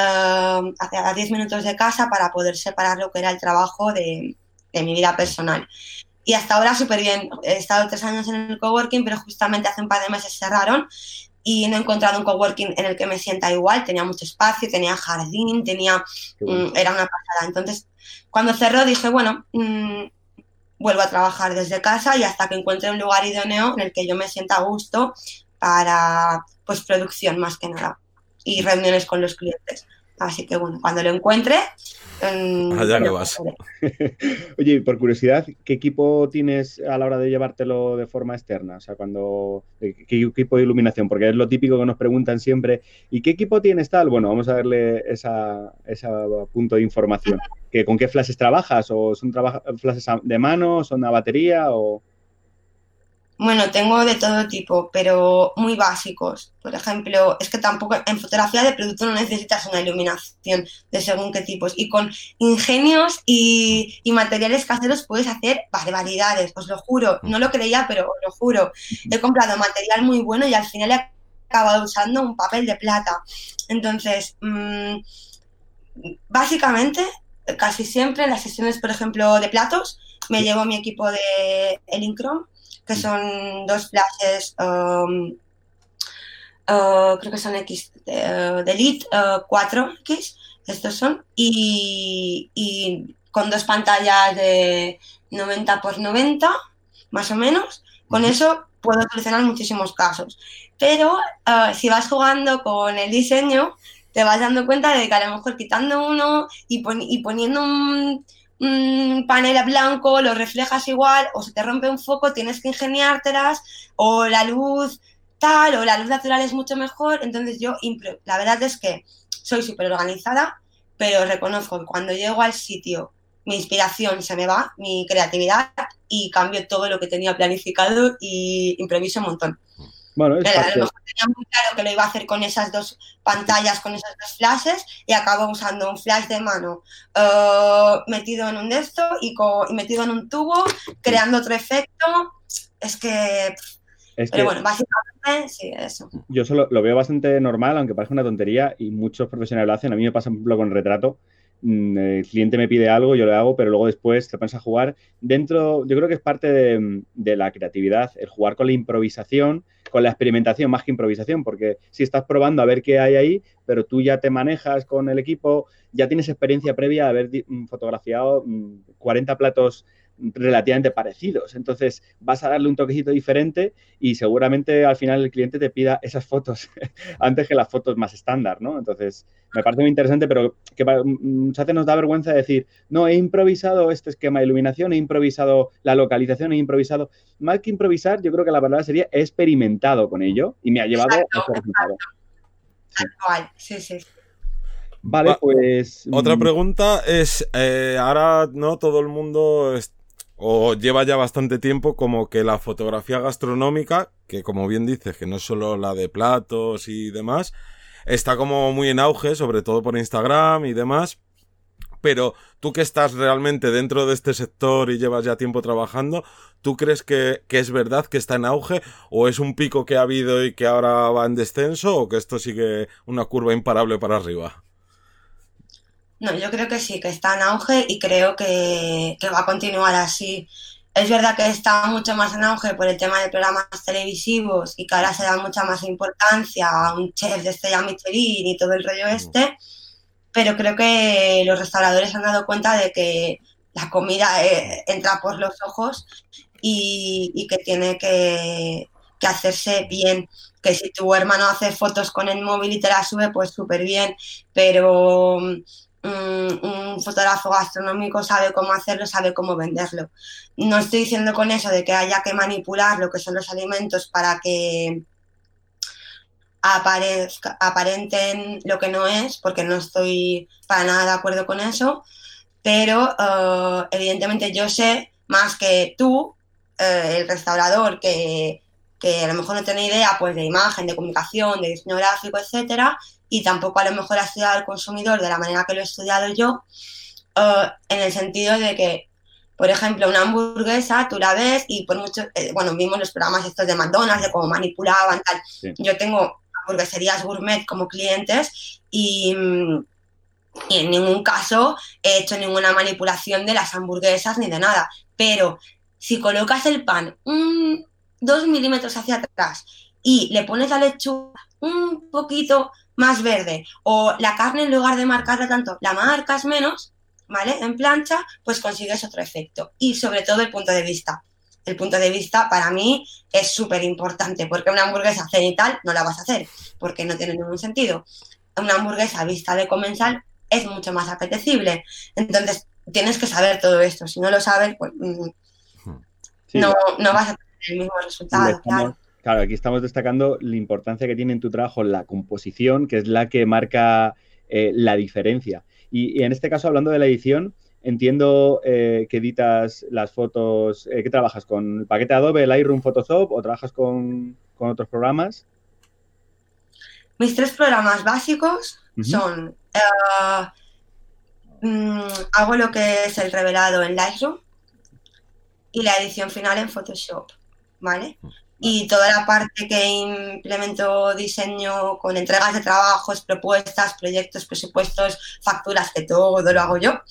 a 10 minutos de casa para poder separar lo que era el trabajo de mi vida personal. Y hasta ahora súper bien. He estado 3 años en el coworking, pero justamente hace un par de meses cerraron y no he encontrado un coworking en el que me sienta igual. Tenía mucho espacio, tenía jardín, era una pasada. Entonces, cuando cerró dije, bueno, vuelvo a trabajar desde casa y hasta que encuentre un lugar idóneo en el que yo me sienta a gusto para postproducción más que nada y reuniones con los clientes. Así que bueno, cuando lo encuentre... allá que vas. Oye, y por curiosidad, ¿qué equipo tienes a la hora de llevártelo de forma externa? O sea, ¿qué equipo de iluminación? Porque es lo típico que nos preguntan siempre. ¿Y qué equipo tienes tal? Bueno, vamos a darle esa punto de información. ¿Con qué flashes trabajas? ¿O son flashes de mano? ¿Son a batería? ¿O...? Bueno, tengo de todo tipo, pero muy básicos. Por ejemplo, es que tampoco en fotografía de producto no necesitas una iluminación de según qué tipos. Y con ingenios y materiales caseros puedes hacer barbaridades, os lo juro. No lo creía, pero os lo juro. He comprado material muy bueno y al final he acabado usando un papel de plata. Entonces, básicamente, casi siempre en las sesiones, por ejemplo, de platos, me llevo mi equipo de Elincrom, que son 2 flashes, creo que son X de Elite 4X, estos son, y con 2 pantallas de 90 por 90, más o menos. Con eso puedo solucionar muchísimos casos. Pero si vas jugando con el diseño, te vas dando cuenta de que a lo mejor quitando uno y poniendo un panel a blanco, lo reflejas igual, o se te rompe un foco, tienes que ingeniártelas, o la luz tal, o la luz natural es mucho mejor. Entonces yo, la verdad es que soy súper organizada, pero reconozco que cuando llego al sitio mi inspiración se me va, mi creatividad, y cambio todo lo que tenía planificado y improviso un montón. Bueno, es a lo mejor tenía muy claro que lo iba a hacer con esas 2 pantallas, con esos 2 flashes, y acabo usando un flash de mano metido en un de esto y metido en un tubo, creando otro efecto. Pero bueno, básicamente sí, eso. Yo lo veo bastante normal, aunque parezca una tontería, y muchos profesionales lo hacen. A mí me pasa, por ejemplo, con retrato. El cliente me pide algo, yo lo hago, pero luego después te pones a jugar. Yo creo que es parte de la creatividad, el jugar con la improvisación, con la experimentación más que improvisación, porque si estás probando a ver qué hay ahí, pero tú ya te manejas con el equipo, ya tienes experiencia previa de haber fotografiado 40 platos relativamente parecidos. Entonces vas a darle un toquecito diferente y seguramente al final el cliente te pida esas fotos antes que las fotos más estándar, ¿no? Entonces me parece muy interesante, pero que muchas veces nos da vergüenza decir, no, he improvisado este esquema de iluminación, he improvisado la localización, he improvisado. Más que improvisar, yo creo que la palabra sería he experimentado con ello y me ha llevado a ese resultado. Sí. Vale, pues... Otra pregunta es, ahora no todo el mundo o lleva ya bastante tiempo como que la fotografía gastronómica, que como bien dices, que no es solo la de platos y demás, está como muy en auge, sobre todo por Instagram y demás. Pero tú que estás realmente dentro de este sector y llevas ya tiempo trabajando, ¿tú crees que es verdad que está en auge o es un pico que ha habido y que ahora va en descenso o que esto sigue una curva imparable para arriba? No, yo creo que sí, que está en auge y creo que va a continuar así. Es verdad que está mucho más en auge por el tema de programas televisivos y que ahora se da mucha más importancia a un chef de estrella Michelin y todo el rollo pero creo que los restauradores han dado cuenta de que la comida entra por los ojos y que tiene que hacerse bien. Que si tu hermano hace fotos con el móvil y te las sube, pues súper bien, pero un fotógrafo gastronómico sabe cómo hacerlo, sabe cómo venderlo. No estoy diciendo con eso de que haya que manipular lo que son los alimentos para que aparenten lo que no es, porque no estoy para nada de acuerdo con eso, pero evidentemente yo sé más que tú, el restaurador, que a lo mejor no tiene idea pues de imagen, de comunicación, de diseño gráfico, etcétera, y tampoco a lo mejor ha estudiado al consumidor de la manera que lo he estudiado yo, en el sentido de que, por ejemplo, una hamburguesa, tú la ves y por mucho, vimos los programas estos de McDonald's, de cómo manipulaban, tal. Sí. Yo tengo hamburgueserías gourmet como clientes y en ningún caso he hecho ninguna manipulación de las hamburguesas ni de nada, pero si colocas el pan 2 milímetros hacia atrás y le pones la lechuga un poquito más verde o la carne, en lugar de marcarla tanto, la marcas menos, ¿vale? En plancha, pues consigues otro efecto. Y sobre todo el punto de vista. El punto de vista para mí es súper importante, porque una hamburguesa cenital no la vas a hacer, porque no tiene ningún sentido. una hamburguesa vista de comensal es mucho más apetecible. Entonces, tienes que saber todo esto. Si no lo sabes, pues Sí, no vas a tener el mismo resultado, claro. Claro, aquí estamos destacando la importancia que tiene en tu trabajo la composición, que es la que marca la diferencia. Y en este caso, hablando de la edición, entiendo que editas las fotos, ¿qué trabajas? ¿Con el paquete Adobe, Lightroom, Photoshop o trabajas con otros programas? Mis 3 programas básicos son, hago lo que es el revelado en Lightroom y la edición final en Photoshop, ¿vale? Y toda la parte que implemento diseño con entregas de trabajos, propuestas, proyectos, presupuestos, facturas, que todo lo hago yo,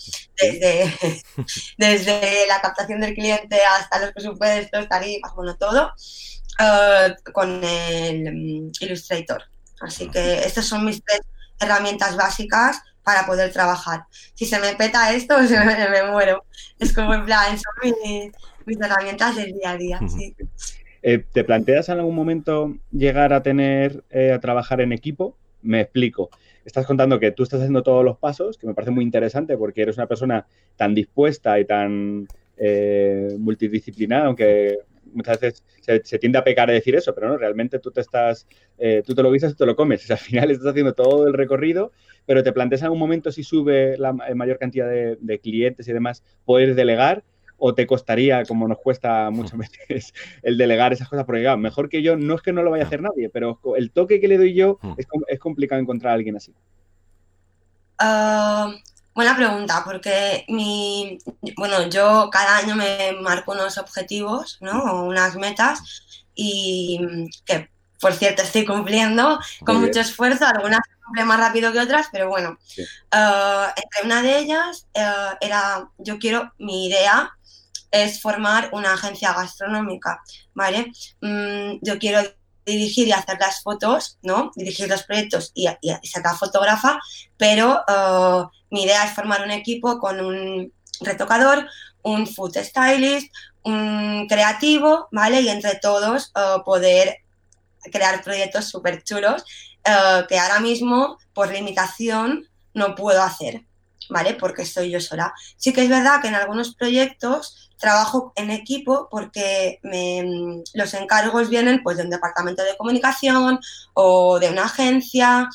desde la captación del cliente hasta los presupuestos, tarifas, bueno, todo, con el Illustrator. Así que estas son mis 3 herramientas básicas para poder trabajar. Si se me peta esto, me muero. Es como en plan, son mis herramientas del día a día, sí. ¿Te planteas en algún momento llegar a a trabajar en equipo? Me explico. Estás contando que tú estás haciendo todos los pasos, que me parece muy interesante porque eres una persona tan dispuesta y tan multidisciplinar, aunque muchas veces se tiende a pecar de decir eso, pero no, realmente tú te lo guisas y te lo comes. O sea, al final estás haciendo todo el recorrido, pero te planteas en algún momento, si sube la mayor cantidad de clientes y demás, poder delegar, o te costaría, como nos cuesta muchas veces, el delegar esas cosas, porque claro, mejor que yo, no es que no lo vaya a hacer nadie, pero el toque que le doy yo es complicado encontrar a alguien así. Buena pregunta, porque yo cada año me marco unos objetivos, ¿no? O unas metas, y que, por cierto, estoy cumpliendo con mucho esfuerzo. Algunas se cumplen más rápido que otras, pero bueno. Sí. Entre una de ellas mi idea es formar una agencia gastronómica, ¿vale? Yo quiero dirigir y hacer las fotos, ¿no? Dirigir los proyectos y ser la fotógrafa, pero mi idea es formar un equipo con un retocador, un food stylist, un creativo, ¿vale? Y entre todos poder crear proyectos súper chulos que ahora mismo, por limitación, no puedo hacer, ¿vale? Porque estoy yo sola. Sí que es verdad que en algunos proyectos trabajo en equipo porque los encargos vienen pues de un departamento de comunicación o de una agencia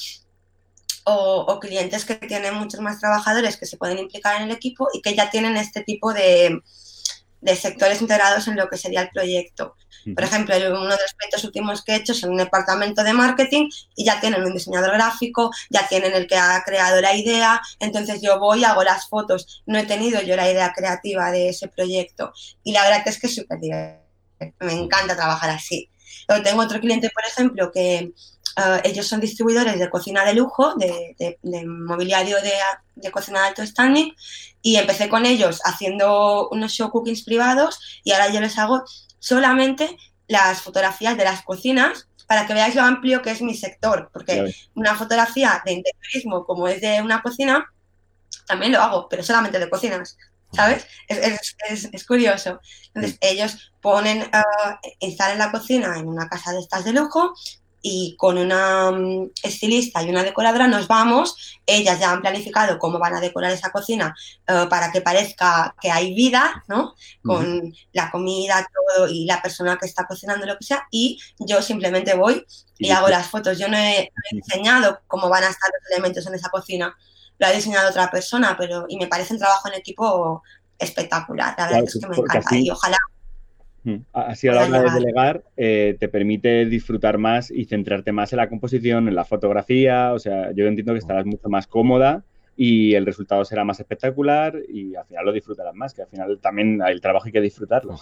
o clientes que tienen muchos más trabajadores que se pueden implicar en el equipo y que ya tienen este tipo de sectores integrados en lo que sería el proyecto. Por ejemplo, uno de los proyectos últimos que he hecho es en un departamento de marketing y ya tienen un diseñador gráfico, ya tienen el que ha creado la idea, entonces yo voy y hago las fotos. No he tenido yo la idea creativa de ese proyecto y la verdad es que es súper divertido. Me encanta trabajar así. Luego tengo otro cliente, por ejemplo, que ellos son distribuidores de cocina de lujo, de mobiliario de cocina de alto standing, y empecé con ellos haciendo unos show cookings privados y ahora yo les hago solamente las fotografías de las cocinas para que veáis lo amplio que es mi sector, porque una fotografía de interiorismo como es de una cocina, también lo hago, pero solamente de cocinas, ¿sabes? Es curioso. Entonces ellos instalan la cocina en una casa de estas de lujo y con una estilista y una decoradora nos vamos. Ellas ya han planificado cómo van a decorar esa cocina para que parezca que hay vida, ¿no? Con la comida, todo, y la persona que está cocinando, lo que sea, y yo simplemente voy y hago las fotos. Yo no he diseñado cómo van a estar los elementos en esa cocina, lo ha diseñado otra persona, y me parece un trabajo en equipo espectacular. La verdad es que me encanta y ojalá. Así a la hora de delegar te permite disfrutar más y centrarte más en la composición, en la fotografía. O sea, yo entiendo que estarás mucho más cómoda y el resultado será más espectacular y al final lo disfrutarás más, que al final también el trabajo hay que disfrutarlo.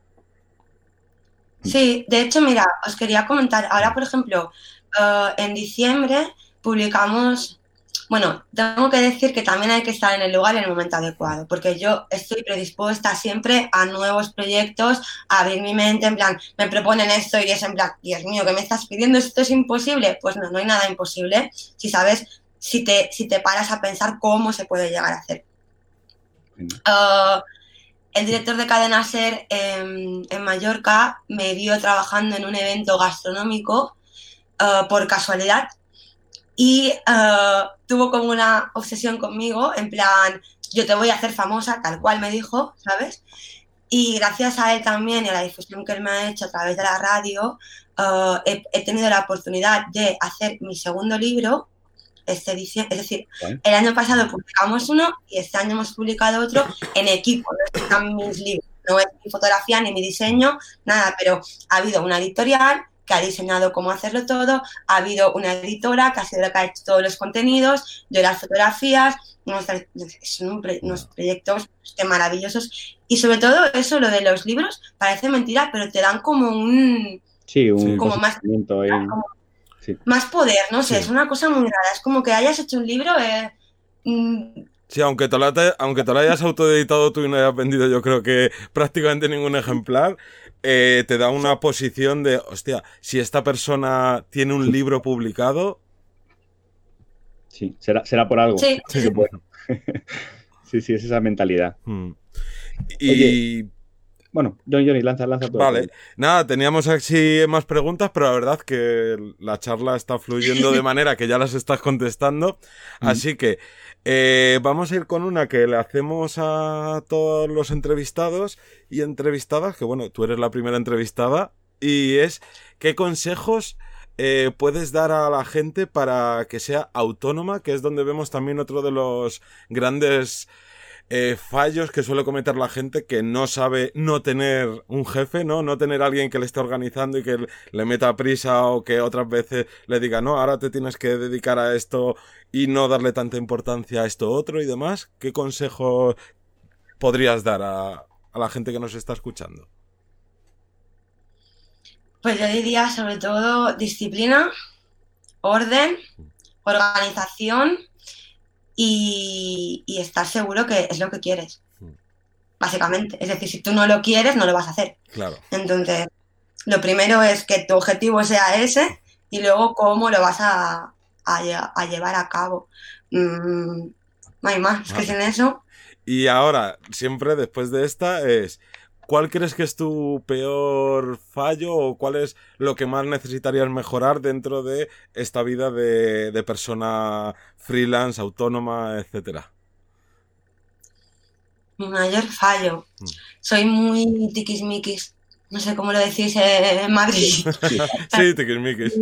Sí, de hecho, mira, os quería comentar, ahora por ejemplo, en diciembre publicamos... Bueno, tengo que decir que también hay que estar en el lugar en el momento adecuado, porque yo estoy predispuesta siempre a nuevos proyectos, a abrir mi mente, en plan, me proponen esto y es en plan, Dios mío, ¿qué me estás pidiendo? ¿Esto es imposible? Pues no hay nada imposible, si sabes, si te paras a pensar cómo se puede llegar a hacer. El director de Cadena SER en Mallorca me vio trabajando en un evento gastronómico por casualidad. y tuvo como una obsesión conmigo, en plan, yo te voy a hacer famosa, tal cual me dijo, ¿sabes? Y gracias a él también y a la difusión que él me ha hecho a través de la radio, he tenido la oportunidad de hacer mi segundo libro, es decir, el año pasado publicamos uno y este año hemos publicado otro en equipo, no están mis libros, no es mi fotografía ni mi diseño, nada, pero ha habido una editorial que ha diseñado cómo hacerlo todo, ha habido una editora que ha sido la que ha hecho todos los contenidos, yo las fotografías, son unos proyectos maravillosos y sobre todo eso, lo de los libros, parece mentira, pero te dan como un... Sí, un como más, como, sí. Más poder, no sé, es una cosa muy rara, es como que hayas hecho un libro... Sí, aunque te lo hayas autoeditado tú y no hayas vendido yo creo que prácticamente ningún ejemplar, te da una posición de, hostia, si esta persona tiene un libro publicado... Sí, será por algo. Sí. Sí, bueno. Sí, es esa mentalidad. Y... Oye, bueno, Johnny, lanza todo. Vale, nada, teníamos así más preguntas, pero la verdad que la charla está fluyendo de manera que ya las estás contestando. Así que vamos a ir con una que le hacemos a todos los entrevistados y entrevistadas, que bueno, tú eres la primera entrevistada, y es, ¿qué consejos puedes dar a la gente para que sea autónoma? Que es donde vemos también otro de los grandes... fallos que suele cometer la gente, que no sabe no tener un jefe, no tener alguien que le esté organizando y que le meta prisa, o que otras veces le diga, no, ahora te tienes que dedicar a esto y no darle tanta importancia a esto otro y demás. ¿Qué consejo podrías dar a la gente que nos está escuchando? Pues yo diría sobre todo disciplina, orden, organización y estar seguro que es lo que quieres, básicamente. Es decir, si tú no lo quieres, no lo vas a hacer. Claro. Entonces, lo primero es que tu objetivo sea ese y luego cómo lo vas a llevar a cabo. No hay más, es que sin eso... Y ahora, siempre después de esta es... ¿Cuál crees que es tu peor fallo o cuál es lo que más necesitarías mejorar dentro de esta vida de persona freelance, autónoma, etcétera? Mi mayor fallo. Soy muy tiquismiquis. No sé cómo lo decís en Madrid. Sí, tiquismiquis.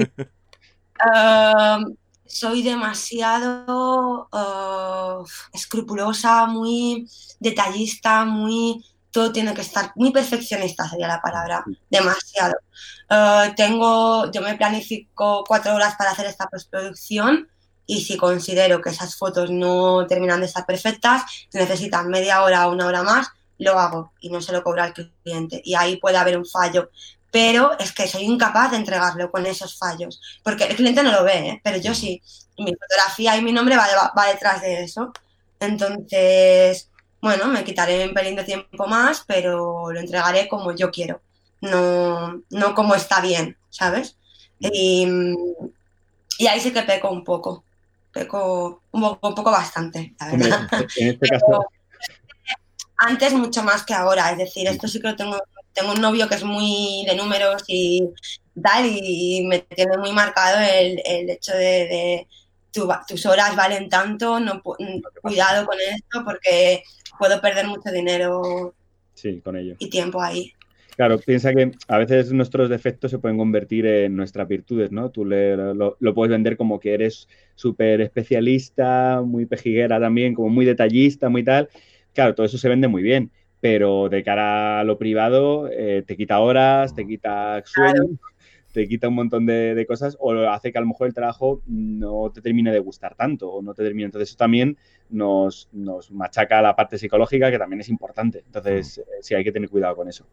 Soy demasiado escrupulosa, muy detallista, todo tiene que estar muy perfeccionista, sería la palabra, demasiado. Yo me planifico 4 horas para hacer esta postproducción y si considero que esas fotos no terminan de estar perfectas, necesitan media hora o 1 hora más, lo hago y no se lo cobro al cliente. Y ahí puede haber un fallo. Pero es que soy incapaz de entregarlo con esos fallos, porque el cliente no lo ve, pero yo sí. Mi fotografía y mi nombre va detrás de eso. Entonces, bueno, me quitaré un pelín de tiempo más, pero lo entregaré como yo quiero, no como está bien, ¿sabes? Y ahí sí que peco un poco bastante, la verdad. En este caso... Antes mucho más que ahora, es decir, esto sí que lo tengo un novio que es muy de números y tal, y me tiene muy marcado el hecho de tus horas valen tanto, cuidado con esto porque puedo perder mucho dinero con ello. Y tiempo ahí. Claro, piensa que a veces nuestros defectos se pueden convertir en nuestras virtudes, ¿no? Tú lo puedes vender como que eres súper especialista, muy pejiguera también, como muy detallista, muy tal. Claro, todo eso se vende muy bien, pero de cara a lo privado te quita horas, te quita sueño, claro, te quita un montón de cosas, o hace que a lo mejor el trabajo no te termine de gustar tanto, o no te termine. Entonces eso también nos machaca la parte psicológica, que también es importante. Entonces sí, hay que tener cuidado con eso.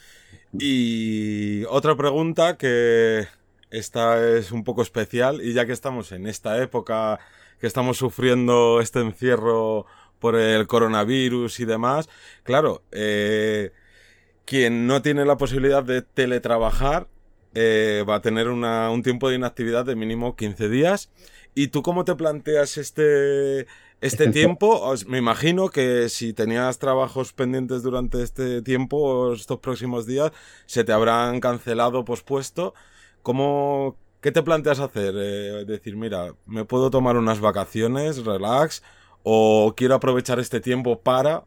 Y otra pregunta, que esta es un poco especial, y ya que estamos en esta época que estamos sufriendo este encierro por el coronavirus y demás, claro, quien no tiene la posibilidad de teletrabajar va a tener un tiempo de inactividad de mínimo 15 días. ¿Y tú cómo te planteas este tiempo? Me imagino que si tenías trabajos pendientes durante este tiempo o estos próximos días, se te habrán cancelado, pospuesto. ¿qué te planteas hacer? Decir, mira, me puedo tomar unas vacaciones, relax, o quiero aprovechar este tiempo para...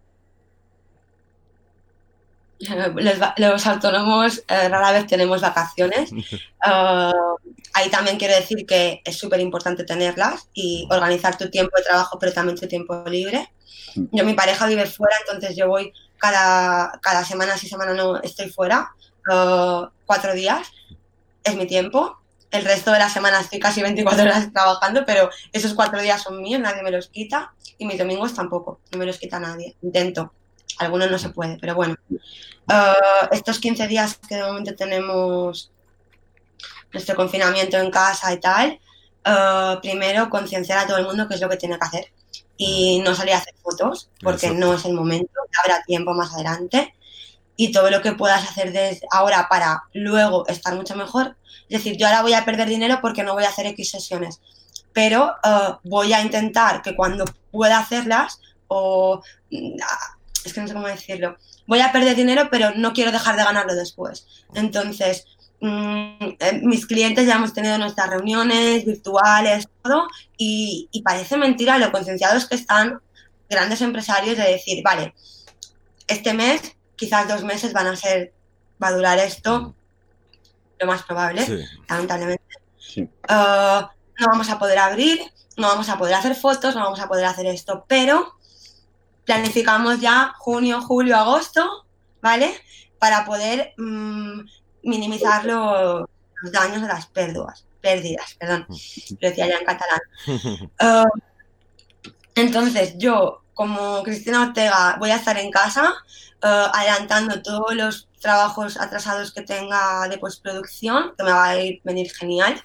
Los autónomos rara vez tenemos vacaciones. Ahí también quiero decir que es súper importante tenerlas y organizar tu tiempo de trabajo, pero también tu tiempo libre. Yo, mi pareja vive fuera, entonces yo voy cada semana, si semana no, estoy fuera, 4 días, es mi tiempo. El resto de la semana estoy casi 24 horas trabajando, pero esos 4 días son míos, nadie me los quita, y mis domingos tampoco, no me los quita nadie. Intento. Algunos no se puede, pero bueno. Estos 15 días que de momento tenemos nuestro confinamiento en casa y tal, primero concienciar a todo el mundo qué es lo que tiene que hacer y no salir a hacer fotos porque no es el momento, habrá tiempo más adelante, y todo lo que puedas hacer desde ahora para luego estar mucho mejor. Es decir, yo ahora voy a perder dinero porque no voy a hacer X sesiones, pero voy a intentar que cuando pueda hacerlas es que no sé cómo decirlo. Voy a perder dinero, pero no quiero dejar de ganarlo después. Entonces, mis clientes ya hemos tenido nuestras reuniones virtuales, todo, y parece mentira lo concienciados que están grandes empresarios de decir, vale, este mes, quizás 2 meses va a durar esto, lo más probable, lamentablemente. Sí. No vamos a poder abrir, no vamos a poder hacer fotos, no vamos a poder hacer esto, pero planificamos ya junio, julio, agosto, ¿vale? Para poder minimizar los daños de las pérdidas, perdón, lo decía ya en catalán. Entonces, yo, como Cristina Ortega, voy a estar en casa adelantando todos los trabajos atrasados que tenga de postproducción, que me va a venir genial.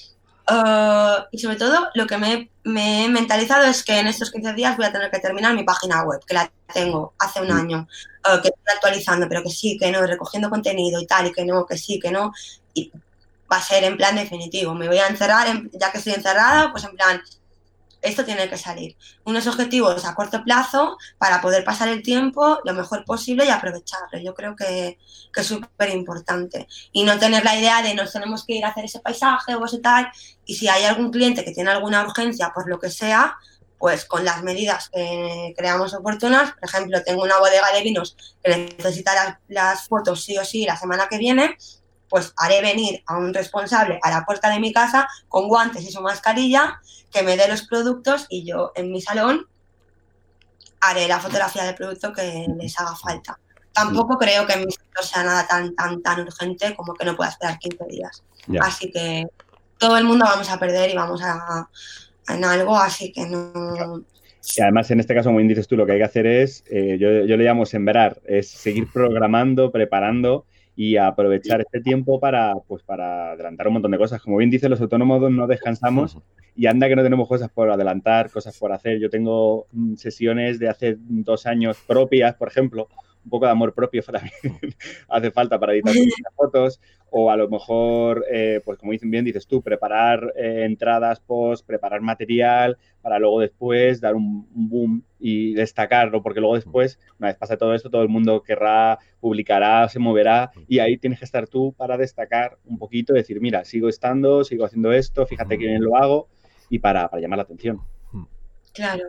Y sobre todo lo que me he mentalizado es que en estos 15 días voy a tener que terminar mi página web, que la tengo hace un año, que estoy actualizando, pero que sí, que no, recogiendo contenido y tal, y que no, que sí, que no, y va a ser en plan definitivo. Me voy a encerrar, ya que estoy encerrada, pues en plan, esto tiene que salir. Unos objetivos a corto plazo para poder pasar el tiempo lo mejor posible y aprovecharlo. Yo creo que es súper importante. Y no tener la idea de nos tenemos que ir a hacer ese paisaje o ese tal. Y si hay algún cliente que tiene alguna urgencia por lo que sea, pues con las medidas que creamos oportunas. Por ejemplo, tengo una bodega de vinos que necesita las fotos sí o sí la semana que viene, pues haré venir a un responsable a la puerta de mi casa con guantes y su mascarilla, que me dé los productos y yo en mi salón haré la fotografía del producto que les haga falta. Tampoco creo que mi sector sea nada tan urgente como que no pueda esperar 15 días. Yeah. Así que todo el mundo vamos a perder y vamos en algo, así que no... Y además, en este caso, como bien dices tú, lo que hay que hacer es, yo le llamo sembrar, es seguir programando, preparando y aprovechar este tiempo para adelantar un montón de cosas. Como bien dicen, los autónomos no descansamos y anda que no tenemos cosas por adelantar, cosas por hacer. Yo tengo sesiones de hace 2 años propias, por ejemplo, un poco de amor propio también hace falta para editar fotos, o a lo mejor, pues como bien dices tú, preparar entradas, post, preparar material para luego después dar un boom y destacarlo, porque luego después, una vez pase todo esto, todo el mundo querrá, publicará, se moverá, y ahí tienes que estar tú para destacar un poquito, decir, mira, sigo haciendo esto, fíjate que bien lo hago, y para llamar la atención. Claro.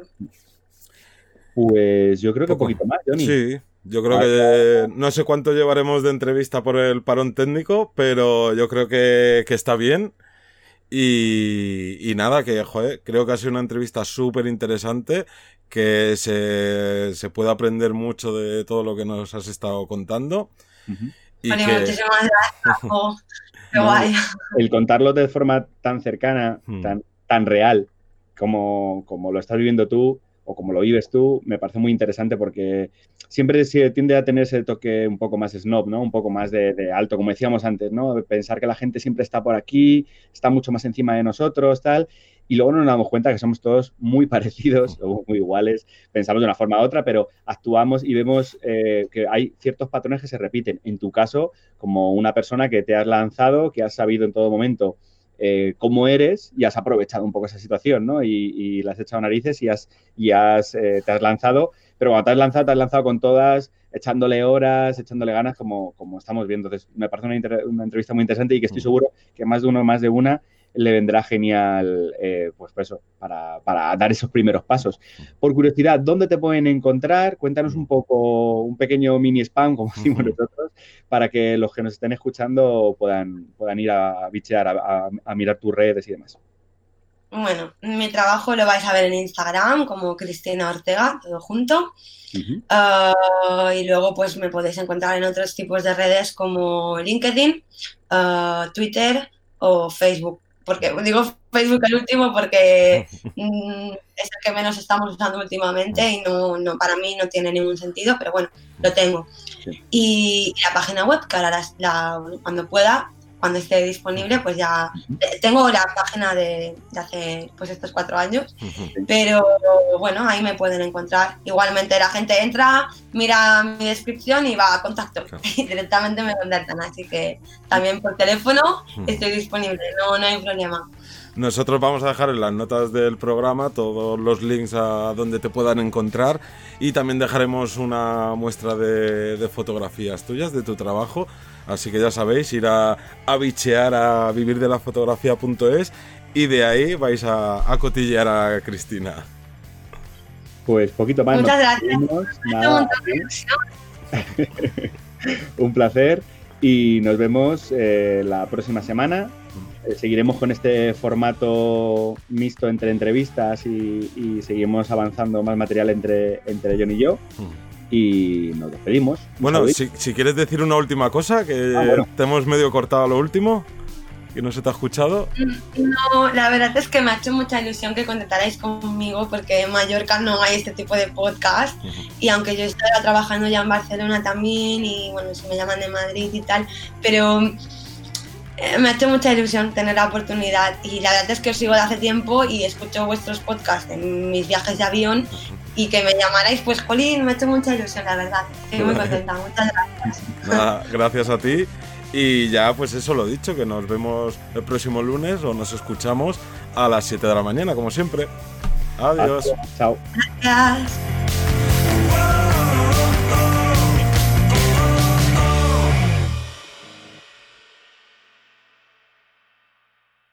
Pues yo creo que un poquito más, Johnny. Sí. Yo creo que no sé cuánto llevaremos de entrevista por el parón técnico, pero yo creo que está bien. Y nada, que joder, creo que ha sido una entrevista súper interesante, que se puede aprender mucho de todo lo que nos has estado contando. Y vale, muchísimas gracias. Qué guay. El contarlo de forma tan cercana, tan real, como lo estás viviendo tú, o como lo vives tú, me parece muy interesante porque siempre se tiende a tener ese toque un poco más snob, ¿no? Un poco más de alto, como decíamos antes, ¿no? Pensar que la gente siempre está por aquí, está mucho más encima de nosotros, tal, y luego nos damos cuenta que somos todos muy parecidos o muy iguales, pensamos de una forma u otra, pero actuamos y vemos que hay ciertos patrones que se repiten. En tu caso, como una persona que te has lanzado, que has sabido en todo momento cómo eres y has aprovechado un poco esa situación, ¿no? Y le has echado narices y te has lanzado, pero cuando te has lanzado con todas, echándole horas, echándole ganas, como estamos viendo. Entonces, me parece una entrevista muy interesante y que estoy seguro que más de uno, más de una, le vendrá genial, pues eso, para dar esos primeros pasos. Por curiosidad, ¿dónde te pueden encontrar? Cuéntanos un poco, un pequeño mini spam, como decimos nosotros, para que los que nos estén escuchando puedan ir a bichear, a mirar tus redes y demás. Bueno, mi trabajo lo vais a ver en Instagram como Cristina Ortega, todo junto. Y luego pues me podéis encontrar en otros tipos de redes como LinkedIn, Twitter o Facebook. Porque digo Facebook el último porque es el que menos estamos usando últimamente y no para mí no tiene ningún sentido, pero bueno, lo tengo. Y la página web, que ahora cuando pueda, cuando esté disponible, pues ya tengo la página de hace pues estos 4 años, pero bueno, ahí me pueden encontrar. Igualmente la gente entra, mira mi descripción y va a contacto y directamente me contactan, así que también por teléfono estoy disponible, no hay problema. Nosotros vamos a dejar en las notas del programa todos los links a donde te puedan encontrar y también dejaremos una muestra de fotografías tuyas, de tu trabajo. Así que ya sabéis, ir a bichear a vivirdelafotografía.es y de ahí vais a cotillear a Cristina. Pues poquito más. Muchas gracias. Nada, un placer y nos vemos la próxima semana. Seguiremos con este formato mixto entre entrevistas y seguimos avanzando más material entre John y yo. Y nos despedimos. Bueno, si quieres decir una última cosa, que te hemos medio cortado a lo último, que no se te ha escuchado. No, la verdad es que me ha hecho mucha ilusión que contactarais conmigo porque en Mallorca no hay este tipo de podcast y aunque yo estoy trabajando ya en Barcelona también y bueno, si me llaman de Madrid y tal, pero me ha hecho mucha ilusión tener la oportunidad y la verdad es que os sigo de hace tiempo y escucho vuestros podcasts en mis viajes de avión y que me llamarais, pues jolín, me ha hecho mucha ilusión, la verdad. Estoy muy contenta, muchas gracias. Nada, gracias a ti y ya pues eso lo dicho, que nos vemos el próximo lunes o nos escuchamos a las 7 de la mañana, como siempre. Adiós. Chao. Gracias.